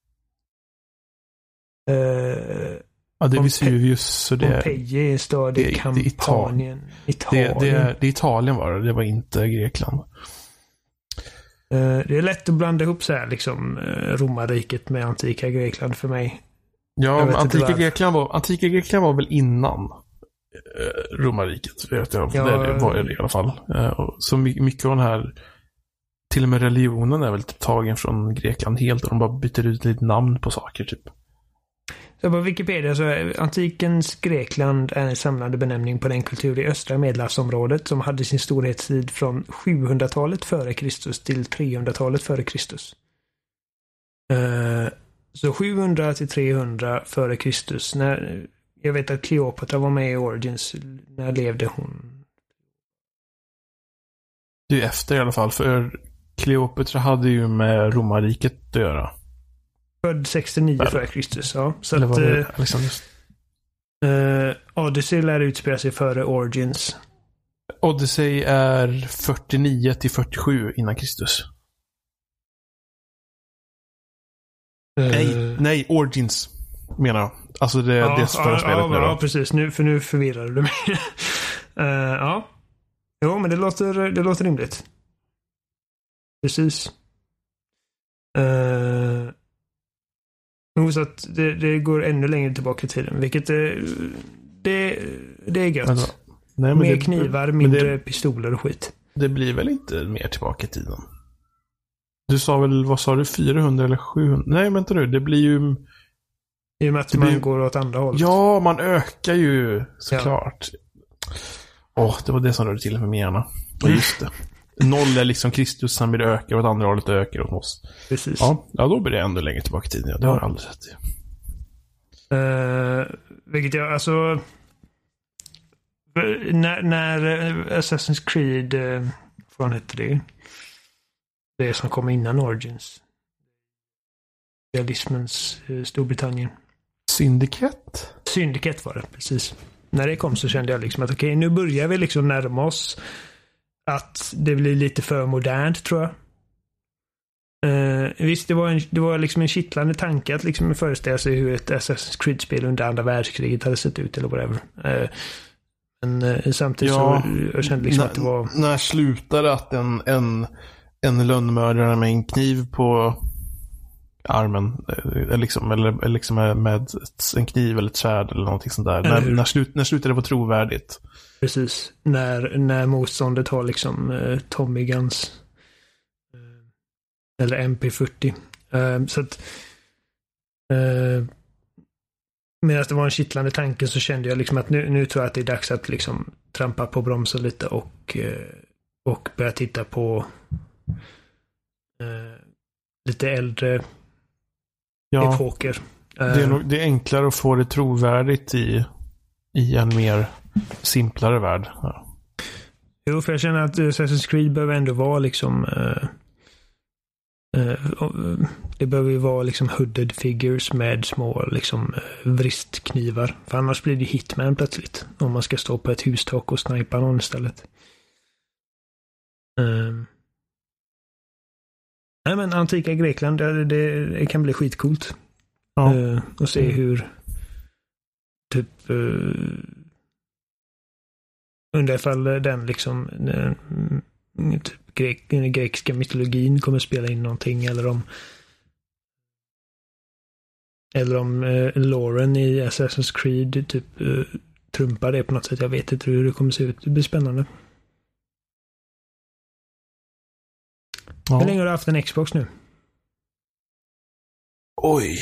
Ja, det är Vesuvius, så det
Pompeji är stad i Kampanien.
Det är Italien, var det. Det var inte Grekland.
Det är lätt att blanda ihop så här, liksom romarriket med antika Grekland för mig.
Ja, antika Grekland var väl innan romarriket, vet jag.
Ja,
det var det i alla fall. Så mycket av den här, till och med religionen är väl typ tagen från Grekland helt, och de bara byter ut lite namn på saker typ.
Så på Wikipedia så är antikens Grekland en samlande benämning på den kultur i östra Medelhavsområdet som hade sin storhetstid från 700-talet före Kristus till 300-talet före Kristus. Så 700 till 300 före Kristus. Jag vet att Kleopatra var med i Origins. När levde hon?
Det är efter i alla fall, för Kleopatra hade ju med romarriket att göra.
Född 69 före Kristus, ja. Så
eller
att,
var det Alexander?
Odyssey lär utspela sig före Origins.
Odyssey är 49 till 47 innan Kristus. Nej, Origins menar jag. Alltså det förra spelet nu då.
Ja, precis. Nu förvirrar du mig. Ja. Jo, men det låter rimligt. Precis. Så att det går ännu längre tillbaka i tiden. Vilket det är gött.
Nej,
mer knivar, mindre pistoler och skit.
Det blir väl inte mer tillbaka i tiden? Du sa väl, vad sa du, 400 eller 700? Nej, vänta nu, det blir ju...
I och med att man går åt andra hållet.
Ja, man ökar ju såklart. Det var det som rörde till för mig gärna. Ja, just det. 0 är liksom Kristus, han blir ökar åt andra hållet, ökar åt oss.
Precis.
Ja, då blir det ändå längre tillbaka i tiden. Ja, det har jag aldrig sett.
Vilket jag, alltså... När Assassin's Creed, vad hette det? Det som kom innan Origins. Realismens Storbritannien. Syndicate var det, precis. När det kom så kände jag liksom att okej, nu börjar vi liksom närma oss att det blir lite för modernt, tror jag. Visst, det var liksom en kittlande tanke att liksom föreställa sig hur ett Assassin's Creed-spel under andra världskriget hade sett ut eller whatever. Men samtidigt så jag kände liksom att det var...
När slutade att en lönnmördare med en kniv på armen eller med en kniv eller ett svärd eller någonting sånt där. När slutade det vara trovärdigt?
Precis. När motståndet har liksom Tommy Guns eller MP40. Så att medan det var en kittlande tanke så kände jag liksom att nu tror jag att det är dags att liksom trampa på bromsen lite och börja titta på lite äldre epoker.
Det är enklare att få det trovärdigt i en mer simplare värld. Ja.
Jo, för jag känner att Assassin's Creed behöver ändå vara liksom det behöver ju vara liksom hooded figures med små liksom vristknivar. För annars blir det Hitman plötsligt. Om man ska stå på ett hustak och snipa någon istället. Nej, men antika Grekland, det kan bli skitcoolt. Ja. Och se hur typ undrar ifall den liksom typ grekiska mytologin kommer spela in någonting eller om Lauren i Assassin's Creed typ trumpar det på något sätt. Jag vet inte hur det kommer se ut. Det blir spännande. Ja. Hur länge har du haft en Xbox nu?
Oj.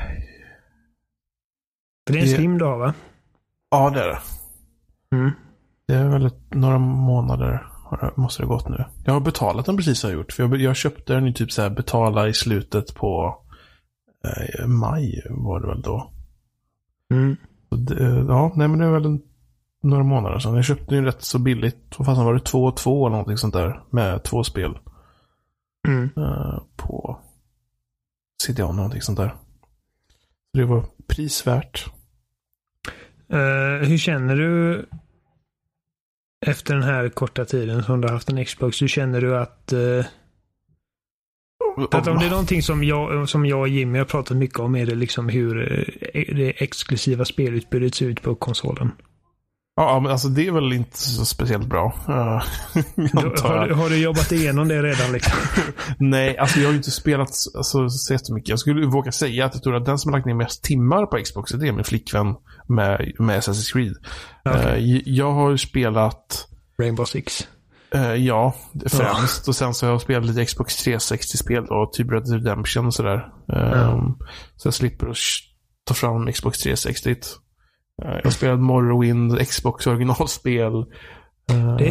För det är en Slim du har, va?
Ja, det är det.
Mm.
Det är väl några månader måste det gått nu. Jag har betalat den precis, har jag gjort. För jag köpte den ju typ så här, betala i slutet på maj var det väl då.
Ja,
nej men det är väl några månader sedan. Jag köpte ju rätt så billigt. Vad fan var det? 2,2 eller någonting sånt där. Med 2 spel. På CDON någonting sånt där. Det var prisvärt.
Hur känner du efter den här korta tiden som du har haft en Xbox? Hur känner du att om det är någonting som jag och Jimmy har pratat mycket om, är det liksom hur det exklusiva spelutbudet ser ut på konsolen.
Ja, men alltså det är väl inte så speciellt bra.
Har du jobbat igenom det redan liksom?
Nej, alltså jag har ju inte spelat så jättemycket. Jag skulle våga säga att jag tror att den som har lagt ner mest timmar på Xbox, det är min flickvän med Assassin's Creed. Okay. Jag har spelat
Rainbow Six.
Ja, främst. Och sen så har jag spelat lite Xbox 360-spel och typ Red Dead Redemption och sådär. Så jag slipper att ta fram Xbox 360. Jag har spelat Morrowind, Xbox originalspel.
Det är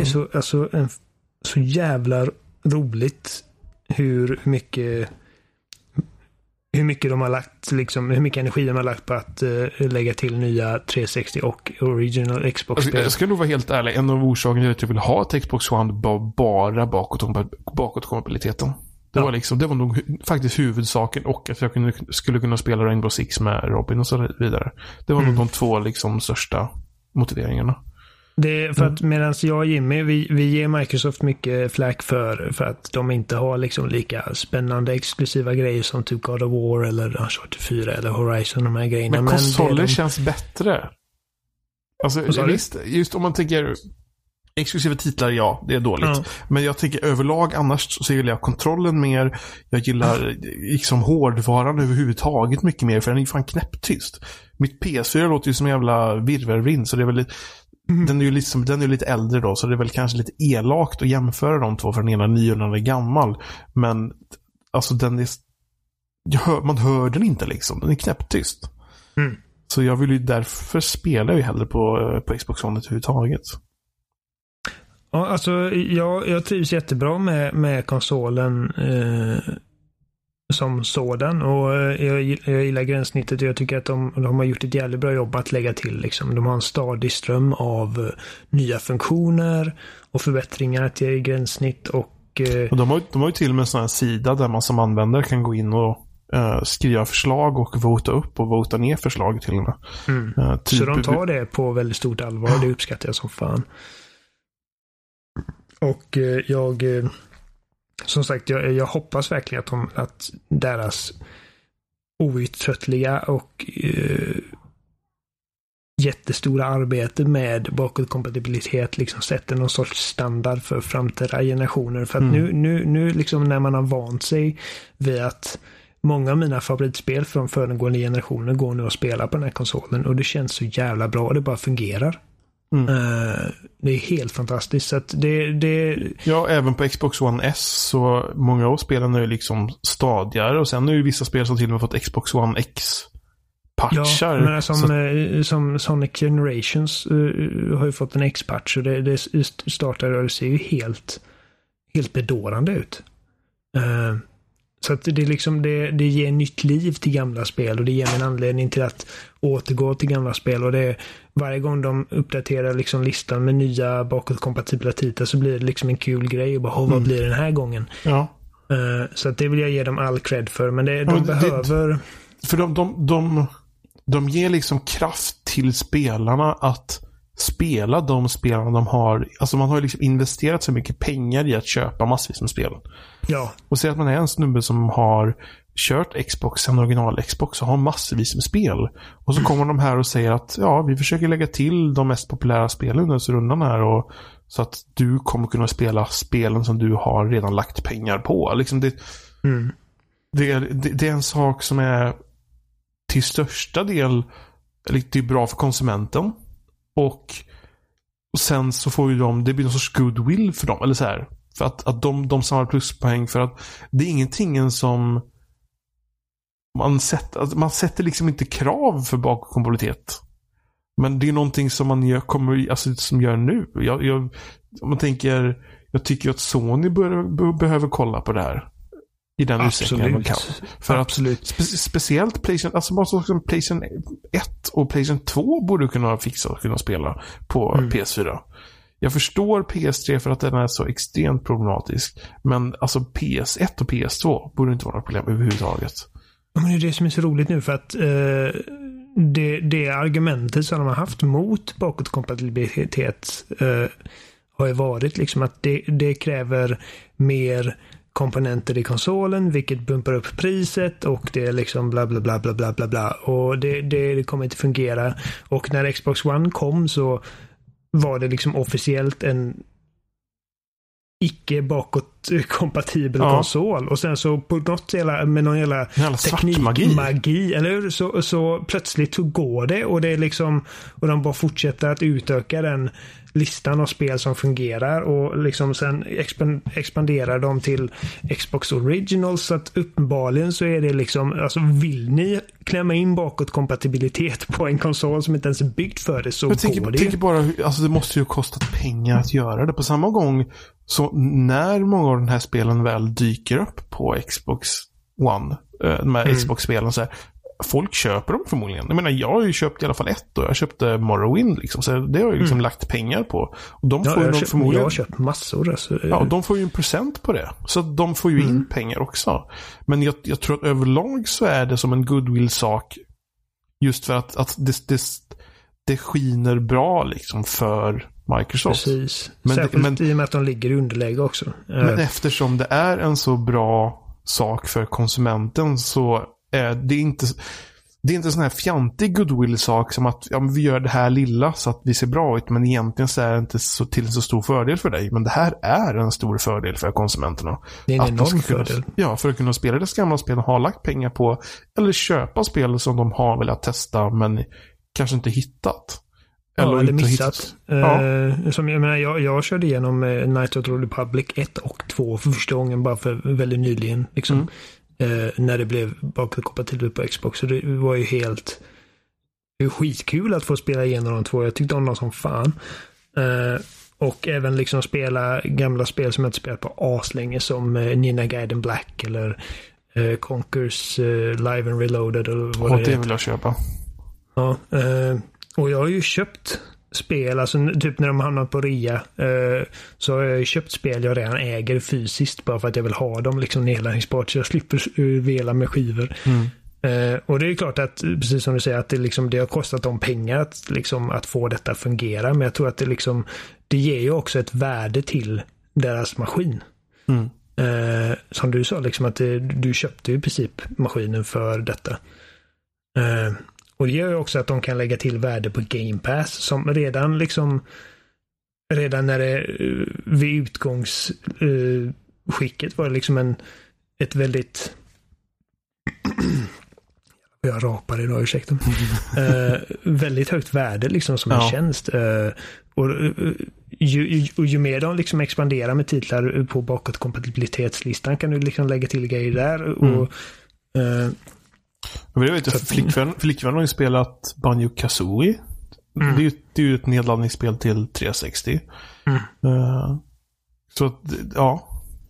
så jävla roligt hur mycket de har lagt, liksom, hur mycket energi de har lagt på att lägga till nya 360 och original Xbox-spel.
Jag ska nog vara helt ärlig. En av orsakerna till att jag vill ha ett Xbox One var bara bakåtkompatibiliteten. Det var nog faktiskt huvudsaken, och att jag skulle kunna spela Rainbow Six med Robin och så vidare. Det var nog de två liksom största motiveringarna.
Det är för att medan jag och Jimmy, vi ger Microsoft mycket flack för att de inte har liksom lika spännande exklusiva grejer som typ God of War eller Uncharted 4 eller Horizon, de här grejerna.
Men konsoler känns bättre. Alltså visst, just om man tänker exklusiva titlar, ja, det är dåligt. Men jag tänker överlag annars så gillar jag kontrollen mer. Jag gillar liksom hårdvaran överhuvudtaget mycket mer, för den är ju fan knäpptyst. Mitt PS4 låter ju som en jävla virvelvind, så det är väl den är ju lite äldre då, så det är väl kanske lite elakt att jämföra de två, för den ena 9 och den är gammal. Men alltså man hör den inte liksom. Den är knäpptyst. Så jag vill ju därför spela ju hellre på Xbox One överhuvudtaget.
Ja, alltså jag trivs jättebra med konsolen som sådan, och jag gillar gränssnittet, och jag tycker att de har gjort ett jävligt bra jobb att lägga till liksom. De har en stadig ström av nya funktioner och förbättringar till gränssnitt, och
de har ju till och med en sån här sida där man som användare kan gå in och skriva förslag och vota upp och vota ner förslag till och med.
Så de tar det på väldigt stort allvar, det uppskattar jag som fan. Och som sagt, jag hoppas verkligen att deras outtröttliga och jättestora arbete med bakåtkompatibilitet liksom sätter någon sorts standard för framtida generationer. För att nu liksom, när man har vant sig vid att många av mina favoritspel från föregående generationer går nu att spela på den här konsolen, och det känns så jävla bra, och det bara fungerar. Det är helt fantastiskt, så att
ja, även på Xbox One S så många av spelen är ju liksom stadigare, och sen är ju vissa spel som till och med fått Xbox One X patchar.
Ja, men som Sonic Generations har ju fått en X-patch, och det startar och det ser ju helt bedårande ut. Så att det liksom det ger nytt liv till gamla spel, och det ger en anledning till att återgå till gamla spel, och det varje gång de uppdaterar liksom listan med nya bakåtkompatibla titlar, så blir det liksom en kul grej, och bara vad blir det den här gången?
Ja.
Så att det vill jag ge dem all cred för, men de behöver
för de ger liksom kraft till spelarna att spela de spelarna de har. Alltså man har liksom investerat så mycket pengar i att köpa massvis med spel.
Ja.
Och se att man är en snubbe som har kört Xbox, en original Xbox, och har massvis med spel. Och så kommer de här och säger att ja, vi försöker lägga till de mest populära spelen under rundan här, och så att du kommer kunna spela spelen som du har redan lagt pengar på. Liksom det är en sak som är till största del det är bra för konsumenten, och sen så får ju det blir någon sorts goodwill för dem, eller så här, för att de samlar pluspoäng, för att det är ingenting som man sätter liksom inte krav för bakkompatibilitet, men det är någonting som man som gör nu. Om man tänker, jag tycker att Sony behöver kolla på det här. i den utsträckningen de kan. För
absolut.
Att speciellt PlayStation, alltså bara som PlayStation 1 och PlayStation 2 borde kunna fixa och kunna spela på PS4. Jag förstår PS3 för att den är så extremt problematisk. Men alltså PS1 och PS2 borde inte vara något problem överhuvudtaget.
Men det är det som är så roligt nu, för att det argumentet som de har haft mot bakåtkompatibilitet har ju varit liksom att det kräver mer komponenter i konsolen, vilket bumpar upp priset, och det är liksom bla bla bla bla bla bla bla, och det kommer inte fungera. Och när Xbox One kom så var det liksom officiellt en icke bakåtkompatibel konsol, och sen så på något med någon jävla teknikmagi eller hur, så plötsligt så går det, och det är liksom, och de bara fortsätter att utöka den listan av spel som fungerar, och liksom sen expanderar de till Xbox Originals, så att uppenbarligen så är det liksom, alltså vill ni klämma in bakåtkompatibilitet på en konsol som inte ens är byggd för det, så går det. Jag tänker bara, alltså det måste ju kostat pengar att göra det på samma gång. Så när många av de här spelen väl dyker upp på Xbox One, de här Xbox-spelen så här, folk köper dem förmodligen. Jag menar, jag har ju köpt i alla fall ett, och jag köpte Morrowind liksom, så det har jag ju liksom lagt pengar på. Och de får förmodligen, jag har köpt massor. Alltså.
Ja, och de får ju en procent på det. Så de får ju in pengar också. Men jag tror att överlag så är det som en goodwill-sak, just för att det skiner bra liksom för Microsoft.
Precis. Särskilt i och med att de ligger i underläge också.
Men eftersom det är en så bra sak för konsumenten, så är det inte sån här fjantig goodwill-sak som att vi gör det här lilla så att vi ser bra ut, men egentligen så är det inte så till en så stor fördel för dig. Men det här är en stor fördel för konsumenterna.
Det är en enorm fördel.
Ja, för att kunna spela det gamla spel och ha lagt pengar på, eller köpa spel som de har velat testa men kanske inte hittat.
Eller missat. Som jag menar, jag körde igenom Knights of the Old Republic 1 och 2 för första gången bara för väldigt nyligen. Liksom. När det blev bakåtkompatibelt på Xbox. Så det var ju skitkul att få spela igenom de två. Jag tyckte om dem som fan. Och även liksom spela gamla spel som jag inte spelat på aslänge, som Ninja Gaiden Black eller Conkers Live and Reloaded eller vad
det vill jag köpa.
Ja, och jag har ju köpt spel, alltså typ när de hamnar på rea, så har jag ju köpt spel jag redan äger fysiskt, bara för att jag vill ha dem liksom nedladdningsbart, så jag slipper vela med skivor. Och det är klart att, precis som du säger, att det har kostat dem pengar att få detta att fungera, men jag tror att det ger ju också ett värde till deras maskin. Som du sa, liksom, att du köpte ju i princip maskinen för detta. Och det gör ju också att de kan lägga till värde på Game Pass, som redan när det vid utgångsskicket var det liksom ett väldigt jag rapar idag, ursäkta. Väldigt högt värde liksom som en tjänst. Och ju mer de liksom expanderar med titlar på bakåtkompatibilitetslistan, kan du liksom lägga till grejer där. Och
jag vet, flickvän har ju spelat Banjo-Kazooie. Det är ju ett nedladdningsspel till 360. Så att, ja,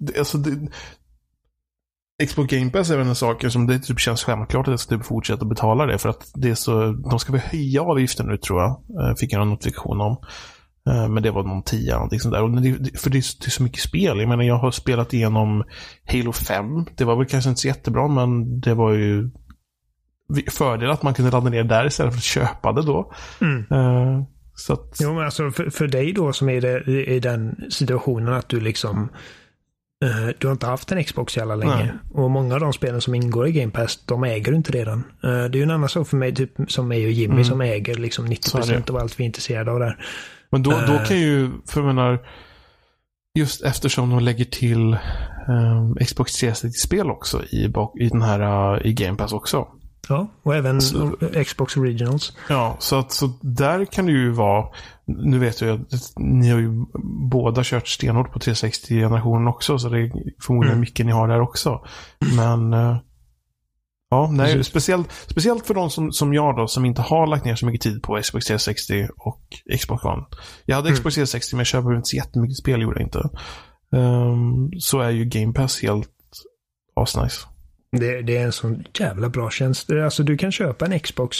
Xbox Game Pass är väl en sak som det typ känns självklart att jag ska fortsätta betala det, för att det är så, de ska väl höja avgiften nu, tror jag. Fick jag en notifikation om. Men det var någon 10 någonting sånt där. Och för det är så mycket spel. Jag menar, jag har spelat igenom Halo 5. Det var väl kanske inte så jättebra, men det var ju fördel att man kunde ladda ner där istället för att köpa det då. Så att...
Jo, men alltså för dig då som är i den situationen att du liksom du har inte haft en Xbox jävla länge. Nej. Och många av de spelen som ingår i Game Pass, de äger du inte redan. Det är ju en annan sak för mig, typ som mig och Jimmy, som äger liksom 90% av allt vi är intresserade av där.
Men då kan ju, för jag menar, just eftersom de lägger till Xbox 360-spel också i den här i Game Pass också.
Ja, och även Xbox Originals.
Ja, så där kan det ju vara, nu vet jag att ni har ju båda kört stenhårt på 360-generationen också, så det är förmodligen mycket ni har där också. Men ja, nej, speciellt för de som jag då, som inte har lagt ner så mycket tid på Xbox 360 och Xbox One. Jag hade Xbox 360, men jag köper inte så jättemycket spel, gjorde jag inte. Så är ju Game Pass helt asnice.
Det är en sån jävla bra tjänst. Alltså du kan köpa en Xbox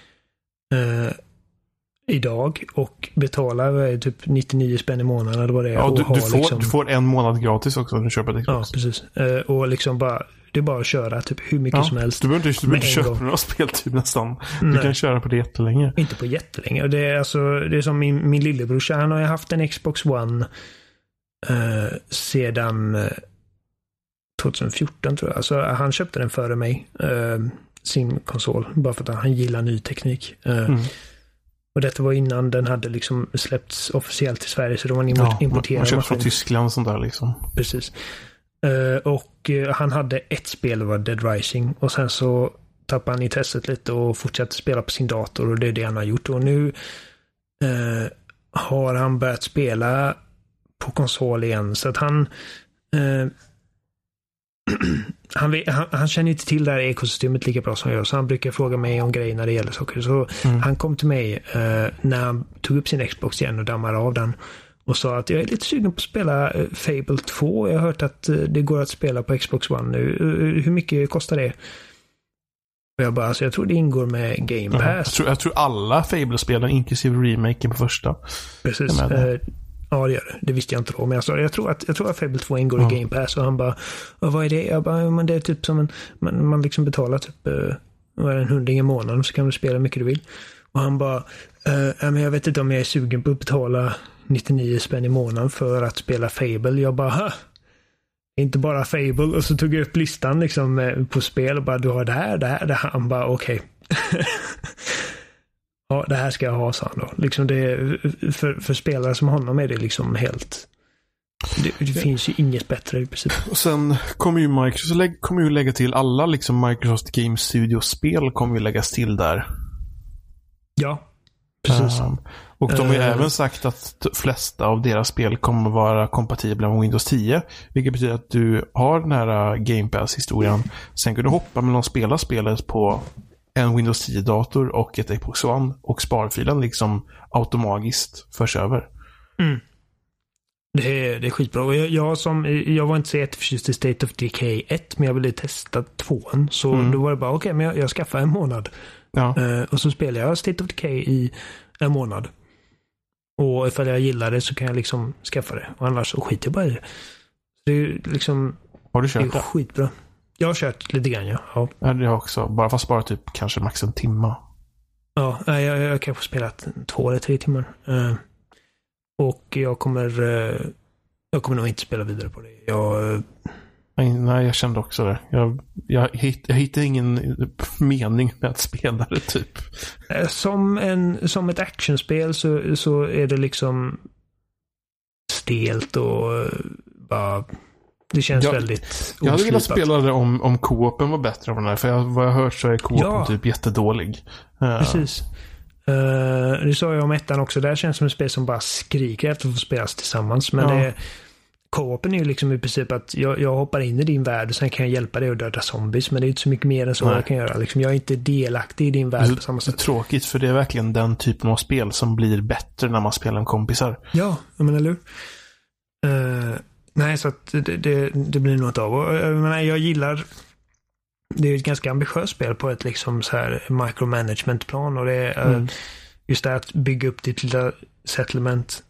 idag och betala typ 99 spänn i månaden eller vad det är.
Ja,
och
du får en månad gratis också när du köper ett Xbox.
Ja, precis. Och liksom det är bara att köra typ hur mycket som helst.
Du behöver inte köpa några spel typ nästan. Du kan köra på det jättelänge.
Inte på jättelänge. Det är som min lillebrorsa. Han har ju haft en Xbox One sedan 2014 tror jag. Alltså, han köpte den före mig. Sin konsol. Bara för att han gillar ny teknik. Och detta var innan den hade liksom släppts officiellt i Sverige. Så de var importerade.
Man köpte från Tyskland och sånt där liksom.
Precis. Och han hade ett spel, det var Dead Rising. Och sen så tappade han intresset lite och fortsatte spela på sin dator. Och det är det han har gjort. Och nu har han börjat spela på konsol igen. Så att han känner inte till det här ekosystemet lika bra som jag. Så han brukar fråga mig om grejer när det gäller saker. Så han kom till mig när han tog upp sin Xbox igen och dammade av den. Och sa att jag är lite sugen på att spela Fable 2. Jag har hört att det går att spela på Xbox One nu. Hur mycket kostar det? Och jag bara, alltså jag tror det ingår med Game Pass.
Jag tror alla Fable-spelen, inklusive remaken på första.
Precis. Ja, det gör det. Det visste jag inte då. Men jag tror att Fable 2 ingår i Game Pass. Och han bara, vad är det? Jag bara, men det är typ som man liksom betalar typ vad är det, 100 i månaden så kan du spela hur mycket du vill. Och han bara, men jag vet inte om jag är sugen på att betala 99 spänn i månaden för att spela Fable. Jag bara, inte bara Fable. Och så tog jag upp listan liksom på spel och bara, du har det här. Han bara, okej. Ja, det här ska jag ha, sa han då. Liksom det, för spelare som honom är det liksom helt... Det finns ju inget bättre i princip.
Och sen kommer ju Microsoft lägga till alla liksom Microsoft Game Studios-spel kommer ju läggas till där.
Ja, precis.
Och de har ju även sagt att de flesta av deras spel kommer vara kompatibla med Windows 10. Vilket betyder att du har den här Game Pass-historien. Sen kan du hoppa mellan att spela spelet på en Windows 10-dator och ett Xbox One och sparfilen liksom automatiskt förs över.
Det är skitbra. Jag var inte så jätteförtjust i State of Decay 1, men jag ville testa 2:an. Så då var det bara, okej, men jag skaffar en månad. Ja. Och så spelar jag State of Decay i en månad. Och ifall jag gillar det så kan jag liksom skaffa det. Och annars så skiter jag bara i det. Det är liksom...
Har du kört det?
Skitbra. Jag har kört lite grann, ja.
Ja, det har jag också. Bara fast bara typ kanske max en timme.
Ja, jag kanske spelat 2 eller 3 timmar. Och jag kommer nog inte spela vidare på det.
Nej, jag kände också det. Jag hittade ingen mening med att spela det typ.
Som ett actionspel så är det liksom stelt och bara... Det känns väldigt oslipat.
Jag hade velat spela det om co-open var bättre än den här. För vad jag har hört så är co-open typ jättedålig.
Precis. Det sa jag om ettan också. Det här känns som ett spel som bara skriker efter att få spelas tillsammans. Men co-open är ju liksom i princip att jag hoppar in i din värld och sen kan jag hjälpa dig att döda zombies. Men det är inte så mycket mer än så jag kan göra. Liksom, jag är inte delaktig i din värld på samma sätt.
Det är tråkigt för det är verkligen den typen av spel som blir bättre när man spelar med kompisar.
Ja, jag menar eller nej, så att det blir något av. Jag gillar... Det är ett ganska ambitiöst spel på ett liksom så här micromanagement-plan. Och det är just det att bygga upp ditt lilla settlement.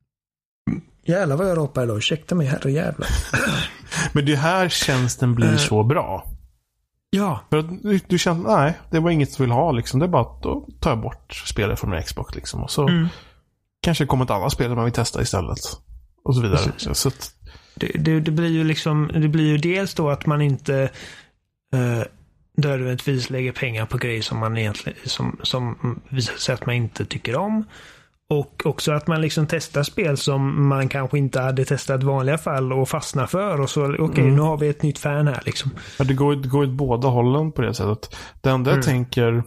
Jävlar vad jag ropar idag. Ursäkta mig, herre jävlar.
Men det här tjänsten blir så bra.
Ja.
För att du känner, nej, det var inget du vill ha liksom. Det är bara att då tar jag bort spelet från min Xbox liksom. Och så kanske det kommer ett annat spel man vill testa istället. Och så vidare. Så att...
det blir ju liksom, det blir ju dels då att man inte nödvändigtvis lägger pengar på grejer som man egentligen som visar sig att man inte tycker om. Och också att man liksom testar spel som man kanske inte hade testat i vanliga fall och fastnar för. Och så, nu har vi ett nytt fan här liksom.
Ja, det går åt båda hållen på det sättet. Det enda jag tänker...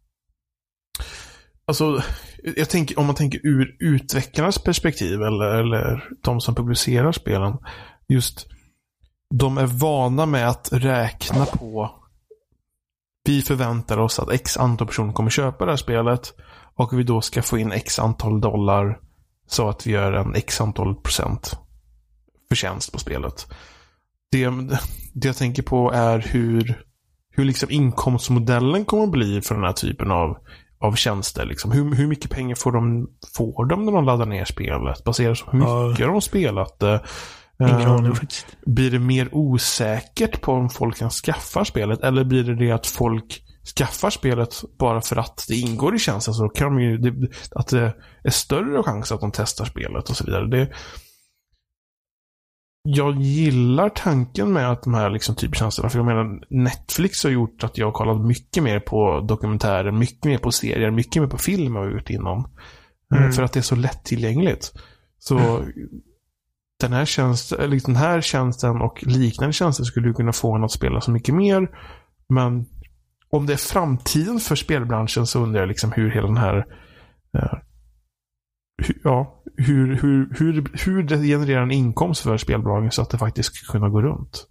Alltså, jag tänker, om man tänker ur utvecklarnas perspektiv eller de som publicerar spelen, just de är vana med att räkna på, vi förväntar oss att x antal personer kommer köpa det här spelet och vi då ska få in x antal dollar så att vi gör en x antal procent förtjänst på spelet. det jag tänker på är hur liksom inkomstmodellen kommer att bli för den här typen av tjänster. Liksom. Hur mycket pengar får de när de laddar ner spelet? Baserat på hur mycket de har spelat. Blir det mer osäkert på om folk kan skaffa spelet? Eller blir det att folk skaffar spelet bara för att det ingår i tjänsten, så kan de ju att det är större chans att de testar spelet och så vidare. Jag gillar tanken med att de här liksom typtjänsterna, för jag menar Netflix har gjort att jag har kollat mycket mer på dokumentärer, mycket mer på serier, mycket mer på film har jag gjort innan. För att det är så lättillgängligt. Så den här tjänsten och liknande tjänster skulle du kunna få en att spela så mycket mer, men om det är framtiden för spelbranschen så undrar jag liksom hur hela den här hur det genererar en inkomst för spelbolagen så att det faktiskt ska kunna gå runt.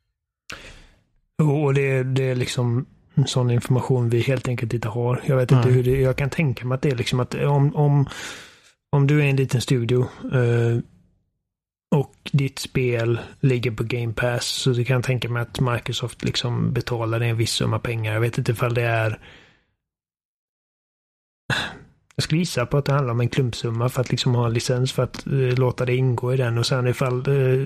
Och det är liksom en sån information vi helt enkelt inte har. Jag vet inte hur det, jag kan tänka mig att det är liksom att om du är en liten studio och ditt spel ligger på Game Pass, så du kan tänka mig att Microsoft liksom betalar en viss summa pengar. Jag vet inte ifall det är, jag skulle gissa på att det handlar om en klumpsumma för att liksom ha en licens för att låta det ingå i den, och sen ifall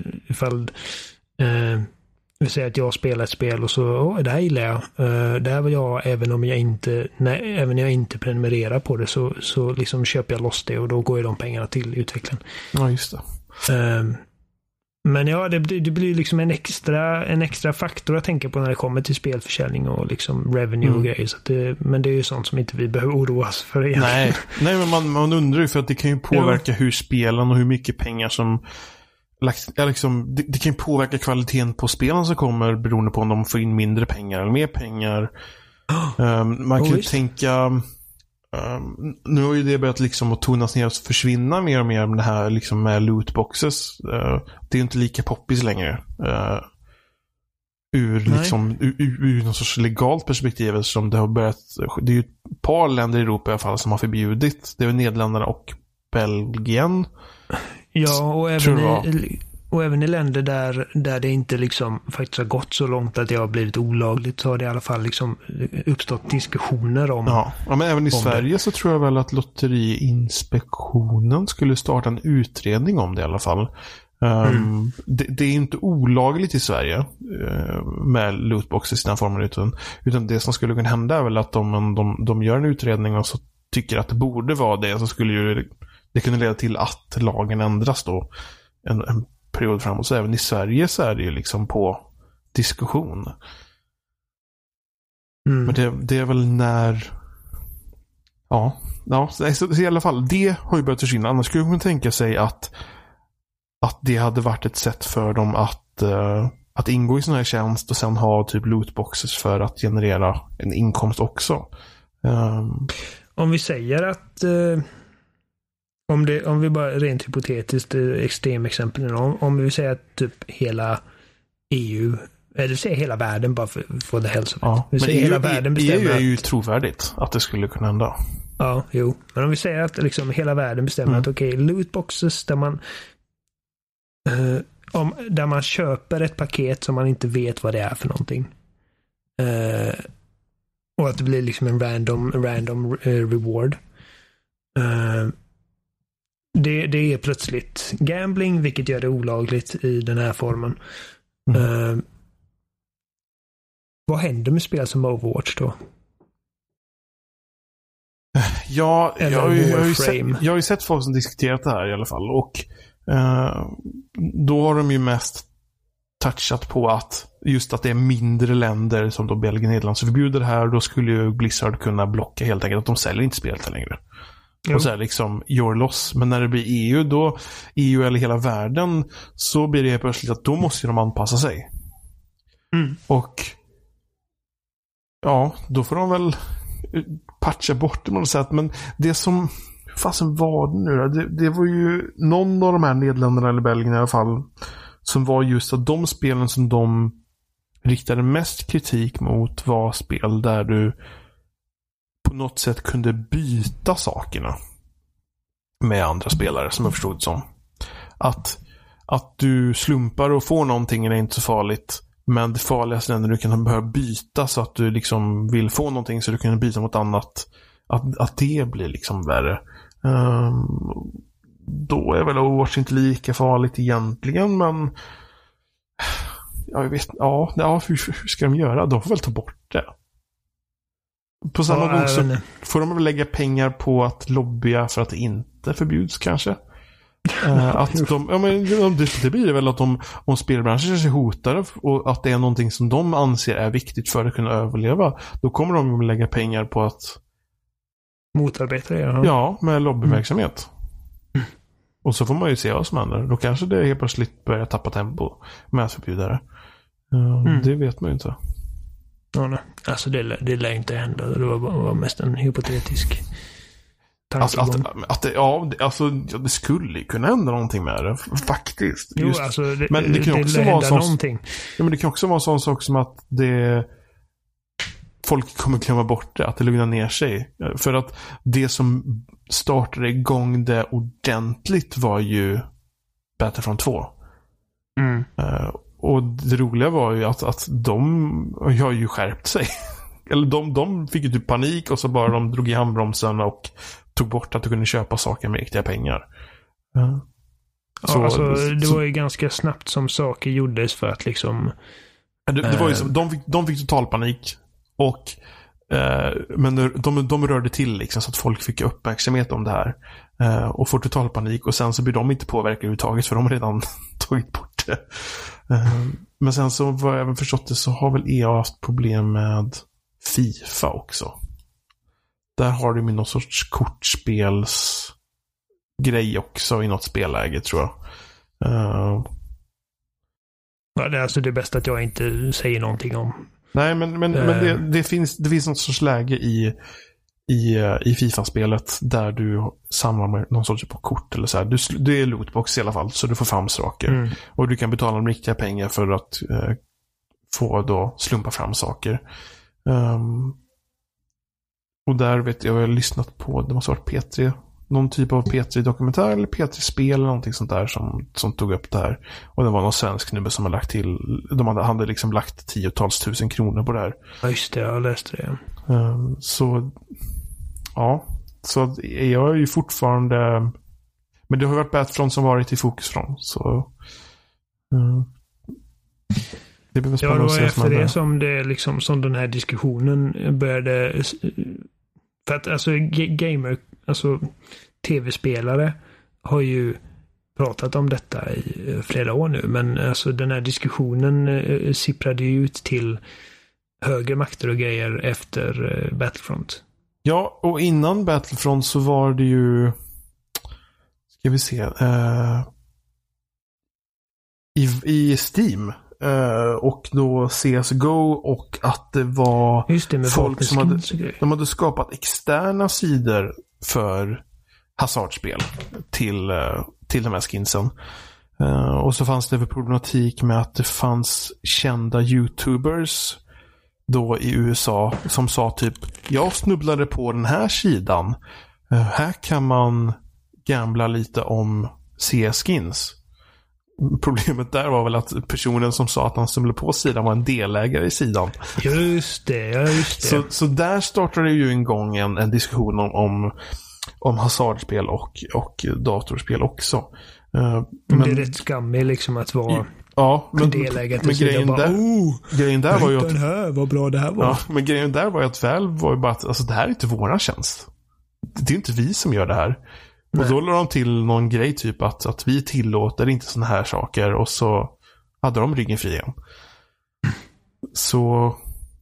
vi säger att jag spelar ett spel och så det här gillar jag. Det här vill jag, även om jag inte prenumererar på det, så liksom köper jag loss det och då går ju de pengarna till utvecklaren.
Ja, just det.
Men ja, det blir liksom en extra faktor att tänka på när det kommer till spelförsäljning och liksom revenue och grejer. Så men det är ju sånt som inte vi behöver oroa oss för egentligen.
Nej, men man undrar ju, för att det kan ju påverka hur spelen och hur mycket pengar som liksom, det kan ju påverka kvaliteten på spelen som kommer beroende på om de får in mindre pengar eller mer pengar. Man kan ju tänka nu har ju det börjat liksom att tonas ner och försvinna mer och mer med det här liksom med lootboxes. Det är ju inte lika poppis längre. Ur någon sorts legalt perspektiv, som det har börjat, det är ju ett par länder i Europa i alla fall som har förbjudit. Det är Nederländerna och Belgien.
Ja, och även i länder där det inte liksom faktiskt har gått så långt att det har blivit olagligt, så har det i alla fall liksom uppstått diskussioner om. Ja,
men även i Sverige så tror jag väl att Lotteriinspektionen skulle starta en utredning om det i alla fall. Det är inte olagligt i Sverige med lootboxes i den formen, utan det som skulle kunna hända är väl att de gör en utredning och så tycker att det borde vara det, så skulle ju det kunna leda till att lagen ändras då en period framåt. Så även i Sverige så är det ju liksom på diskussion. Men det är väl när så i alla fall, det har ju börjat försvinna. Annars skulle man tänka sig att det hade varit ett sätt för dem att ingå i sån här tjänst och sen ha typ lootboxes för att generera en inkomst också.
Om vi säger att om vi bara rent hypotetiskt extrem exempel, om vi säger att typ hela EU, eller säger hela världen, bara för det hälsa.
Ja, men hela världen bestämmer EU är ju trovärdigt att det skulle kunna hända.
Ja, jo. Men om vi säger att liksom hela världen bestämmer att okej, lootboxes där man köper ett paket som man inte vet vad det är för någonting. Och att det blir liksom en random reward. Det är plötsligt gambling, vilket gör det olagligt i den här formen. Vad händer med spel som Overwatch då?
Ja, jag har ju sett folk som diskuterat det här i alla fall, och då har de ju mest touchat på att just att det är mindre länder som då Belgien och Nederland som förbjuder det här, då skulle ju Blizzard kunna blocka helt enkelt att de säljer inte spelet längre. Och så är liksom your loss. Men när det blir EU eller hela världen, så blir det plötsligt att då måste de anpassa sig. Och ja, då får de väl patcha bort det på något sätt. Men det som fasen var det nu då? Det var ju någon av de här Nederländerna eller Belgien i alla fall som var just att de spelen som de riktade mest kritik mot var spel där du på något sätt kunde byta sakerna med andra spelare, som jag förstod som. Att att du slumpar och får någonting är inte så farligt. Men det farligaste är när du kan börja byta så att du liksom vill få någonting så du kan byta mot annat. Att det blir liksom värre. Då är väl Overwatch inte lika farligt egentligen, men jag vet, hur ska de göra? De får väl ta bort det. På samma gång så får de väl lägga pengar på att lobbya för att det inte förbjuds kanske. Att det blir väl att om spelbranschen sig hotade och att det är någonting som de anser är viktigt för att kunna överleva, då kommer de att lägga pengar på att
motarbeta det.
Ja, med lobbyverksamhet. Och så får man ju se vad som händer. Då kanske det helt plötsligt börjar tappa tempo med att förbjuda det. Det vet man ju inte.
Ja, nej. Alltså det lär inte hända. Det var mest en hypotetisk
det skulle kunna hända någonting med det faktiskt.
Jo, alltså
men det kan också vara någonting. Ja, men det kan också vara en sån sak som att folk kommer glömma bort det, att det lugnar ner sig. För att det som startade igång det ordentligt var ju Battlefront 2. Och det roliga var ju att de har ju skärpt sig. Eller de fick ju typ panik och så bara de drog i handbromsen och tog bort att du kunde köpa saker med riktiga pengar.
Det var ju ganska snabbt som saker gjordes för att liksom...
Det var ju som, de fick total panik och men de rörde till liksom så att folk fick uppmärksamhet om det här och får total panik och sen så blir de inte påverkade överhuvudtaget för de har redan tagit bort det. Men sen så vad jag även förstått det så har väl EA haft problem med FIFA också. Där har du någon sorts kortspelsgrej också i något spelläge tror jag.
Ja, det är alltså det bästa att jag inte säger någonting om.
Nej, men det finns något sorts läge i FIFA-spelet där du samlar med någon sorts på kort eller så här. Det är lootbox i alla fall, så du får fram saker. Och du kan betala de riktiga pengar för att få då slumpa fram saker. Och där vet jag har lyssnat på, det måste ha varit P3, någon typ av P3-dokumentär eller P3-spel eller någonting sånt där som tog upp det här. Och det var någon svensk snubbe som hade lagt till, de hade liksom lagt 10-tals 1000 kronor på det här.
Ja, just det, jag läste det.
Så jag är ju fortfarande, men det har varit Battlefront som varit i fokus från, så det blir spännande att se.
Ja, efter det som det liksom, som den här diskussionen började, för att alltså tv-spelare har ju pratat om detta i flera år nu, men alltså den här diskussionen sipprade ju ut till högre makter och grejer efter Battlefront. Ja,
och innan Battlefront så var det ju, ska vi se, i Steam och då CSGO, och att det var
just det, med
folk som hade skapat externa sidor för hasardspel till de här skinsen. Och så fanns det problematik med att det fanns kända YouTubers då i USA som sa typ, jag snubblade på den här sidan. Här kan man gambla lite om CS-skins. Problemet där var väl att personen som sa att han snubblade på sidan var en delägare i sidan.
Just det.
Så där startade ju en gång en diskussion om hasardspel och datorspel också.
Men det är rätt skammigt liksom att vara delägare till sidan.
Grejen där var ju att
den här, vad bra det här var.
Ja, men grejen där var ju att Valve var ju bara att alltså, det här är inte våran tjänst. Det är inte vi som gör det här. Nej. Och då lade de till någon grej typ att vi tillåter inte såna här saker, och så hade de ryggen fri igen. Så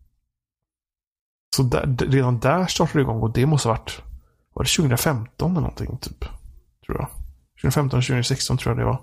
där, redan där startade det igång, och det måste ha varit, var det 2015 eller någonting typ, tror jag. 2015 eller 2016 tror jag det var.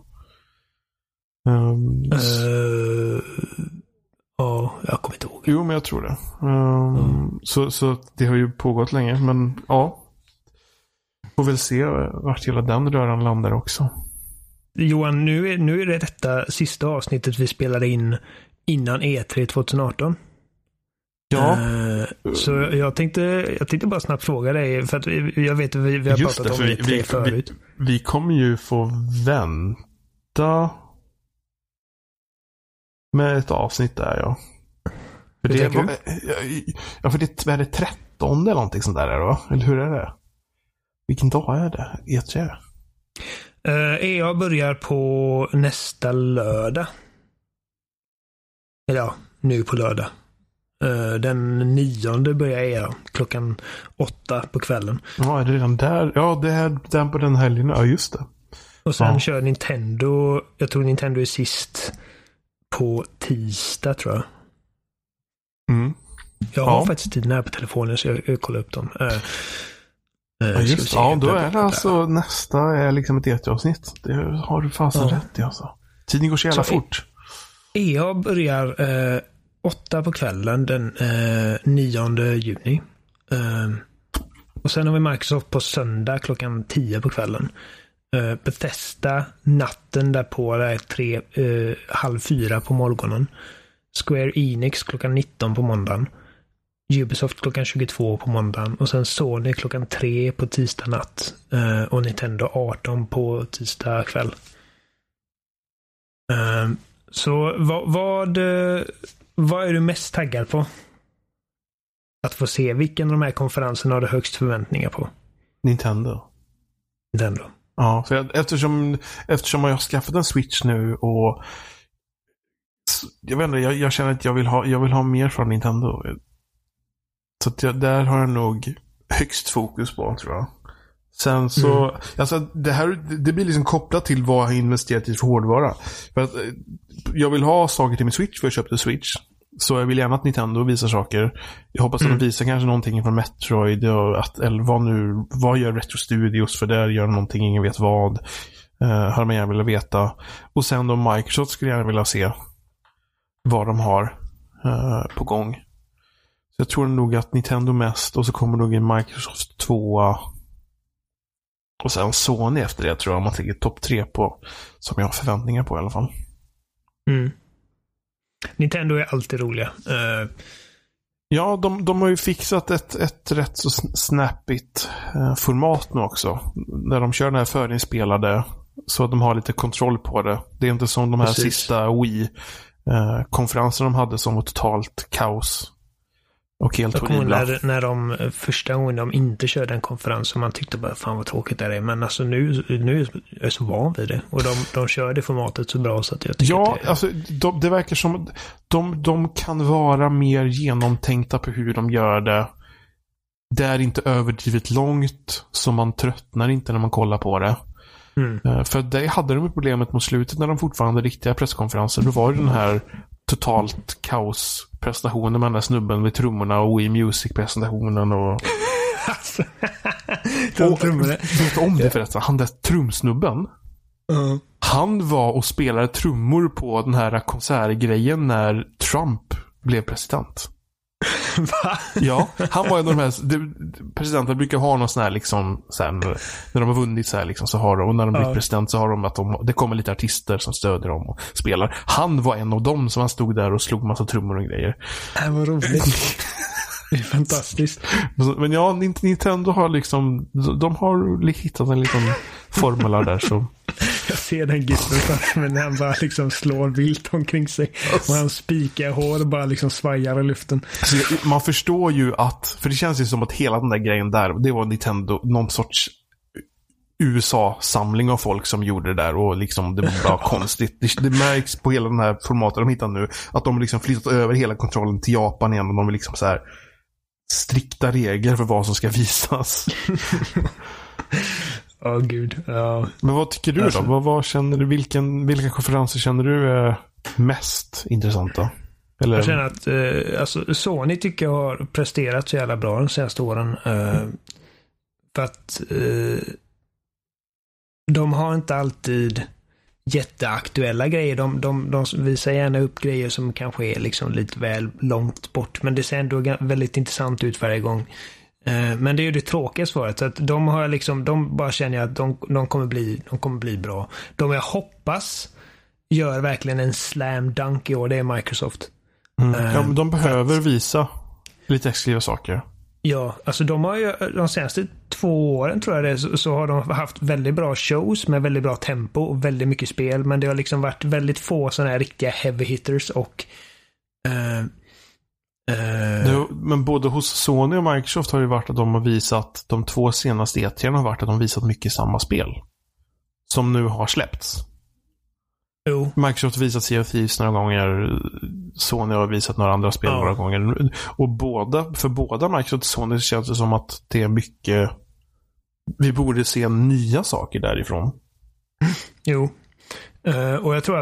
Ja, jag kommer inte ihåg.
Jo, men jag tror det. Så det har ju pågått länge, men ja. Får väl se vart hela den röran landar också.
Johan, nu är det detta sista avsnittet vi spelade in innan E3 2018.
Ja.
Så jag tänkte bara snabbt fråga dig, för att jag vet att vi har pratat om E3 förut.
Vi kommer ju få vänta med ett avsnitt där, ja. För det var, för det är det 13 eller någonting sånt där då? Eller hur är det? Vilken dag är det? E3?
Jag börjar på nästa lördag. Eller ja, nu på lördag. Den 9 börjar jag klockan 8 på kvällen.
Ja, är det redan där? Ja, det är den på den helgen. Ja, just det.
Och sen kör Nintendo. Jag tror Nintendo är sist på tisdag, tror jag.
Mm.
Jag har faktiskt tiden här på telefonen, så jag kollar upp dem.
Ja, just ja, då är det alltså nästa är liksom ett E3-avsnitt. Det har du fasen rätt i alltså. Tiden går så jävla fort.
Jag börjar 8 på kvällen den 9 juni. Och sen har vi Microsoft på söndag klockan 10 på kvällen. Bethesda natten därpå, det är 3:30 på morgonen. Square Enix klockan 19 på måndagen. Ubisoft klockan 22 på måndagen. Och sen Sony klockan 3 på tisdag natt. Och Nintendo 18 på tisdag kväll. Så vad är du mest taggad på? Att få se vilken av de här konferenserna har du högst förväntningar på?
Nintendo. Ja, för eftersom jag har skaffat en Switch nu och jag vet inte, jag känner att jag vill ha mer från Nintendo. Så att där har jag nog högst fokus på, tror jag. Sen så, alltså det blir liksom kopplat till vad jag har investerat i för hårdvara. För att jag vill ha saker till min Switch, för jag köpte Switch. Så jag vill gärna att Nintendo visar saker. Jag hoppas att de visar kanske någonting från Metroid och eller vad gör Retro Studios, för där gör någonting, ingen vet vad. Har man gärna velat veta. Och sen då Microsoft skulle jag gärna vilja se vad de har på gång. Så jag tror nog att Nintendo mest, och så kommer nog en Microsoft 2 och sen Sony efter det, tror jag, om man ligger topp 3 på, som jag har förväntningar på i alla fall.
Nintendo är alltid roliga.
Ja, de har ju fixat ett rätt så snappigt format nu också. När de kör den här förinspelade, så att de har lite kontroll på det. Det är inte som de här sista Wii-konferenserna de hade som var totalt kaos. Och helt horribla.
När de första gången de inte körde en konferens, som man tyckte bara, fan vad tråkigt det är. Men alltså nu är jag så van vid det. Och de kör det formatet så bra, så att jag tycker att
alltså det verkar som de kan vara mer genomtänkta på hur de gör det. Det är inte överdrivet långt, så man tröttnar inte när man kollar på det. För det hade de problemet mot slutet, när de fortfarande hade riktiga presskonferenser. Då var det den här totalt kaos-prestationen med den där snubben vid trummorna och Wii Music-presentationen och...
Alltså,
vet om det förresten? Han där trumsnubben, han var och spelade trummor på den här konsertgrejen när Trump blev president.
Va?
Ja, han var en av de här presidenter brukar ha någon sån här liksom så här, när de har vunnit så här liksom, så har de, och när de blir president så har de att det kommer lite artister som stöder dem och spelar. Han var en av dem som han stod där och slog massa trummor och grejer.
Vad roligt. Det är fantastiskt.
Men ja, Nintendo har liksom, de har hittat en liten formula där, så
jag ser den giffen, men han bara liksom slår vilt omkring sig. Och han spikar hår och bara liksom svajar i luften.
Så man förstår ju att, för det känns ju som att hela den där grejen där, det var Nintendo, någon sorts USA-samling av folk som gjorde det där, och liksom det var bara konstigt. Det märks på hela den här formatet de hittar nu, att de liksom flyttat över hela kontrollen till Japan igen, och de vill liksom så här strikta regler för vad som ska visas.
Gud.
Men vad tycker du då? Vad känner du, vilka konferenser känner du är mest intressanta? Eller?
Jag känner att alltså, Sony tycker jag har presterat så jävla bra de senaste åren. För att de har inte alltid jätteaktuella grejer. De visar gärna upp grejer som kanske är liksom lite väl långt bort. Men det ser ändå väldigt intressant ut varje gång. Men det är ju det tråkiga svaret. Så att de bara känner att de kommer bli bra. De jag hoppas gör verkligen en slam dunk i år. Det är Microsoft.
Ja, men de behöver visa lite exklusiva saker.
Ja, alltså de har ju de senaste 2 åren tror jag det, så har de haft väldigt bra shows med väldigt bra tempo och väldigt mycket spel, men det har liksom varit väldigt få sådana här riktiga heavy hitters och
men både hos Sony och Microsoft har det varit att de har visat, de 2 senaste E3 har varit att de visat mycket samma spel som nu har släppts.
Jo.
Microsoft har visat Sea of Thieves några gånger, Sony har visat några andra spel några gånger. Och för båda Microsoft och Sony känns det som att det är mycket, vi borde se nya saker därifrån.
Jo. Och jag tror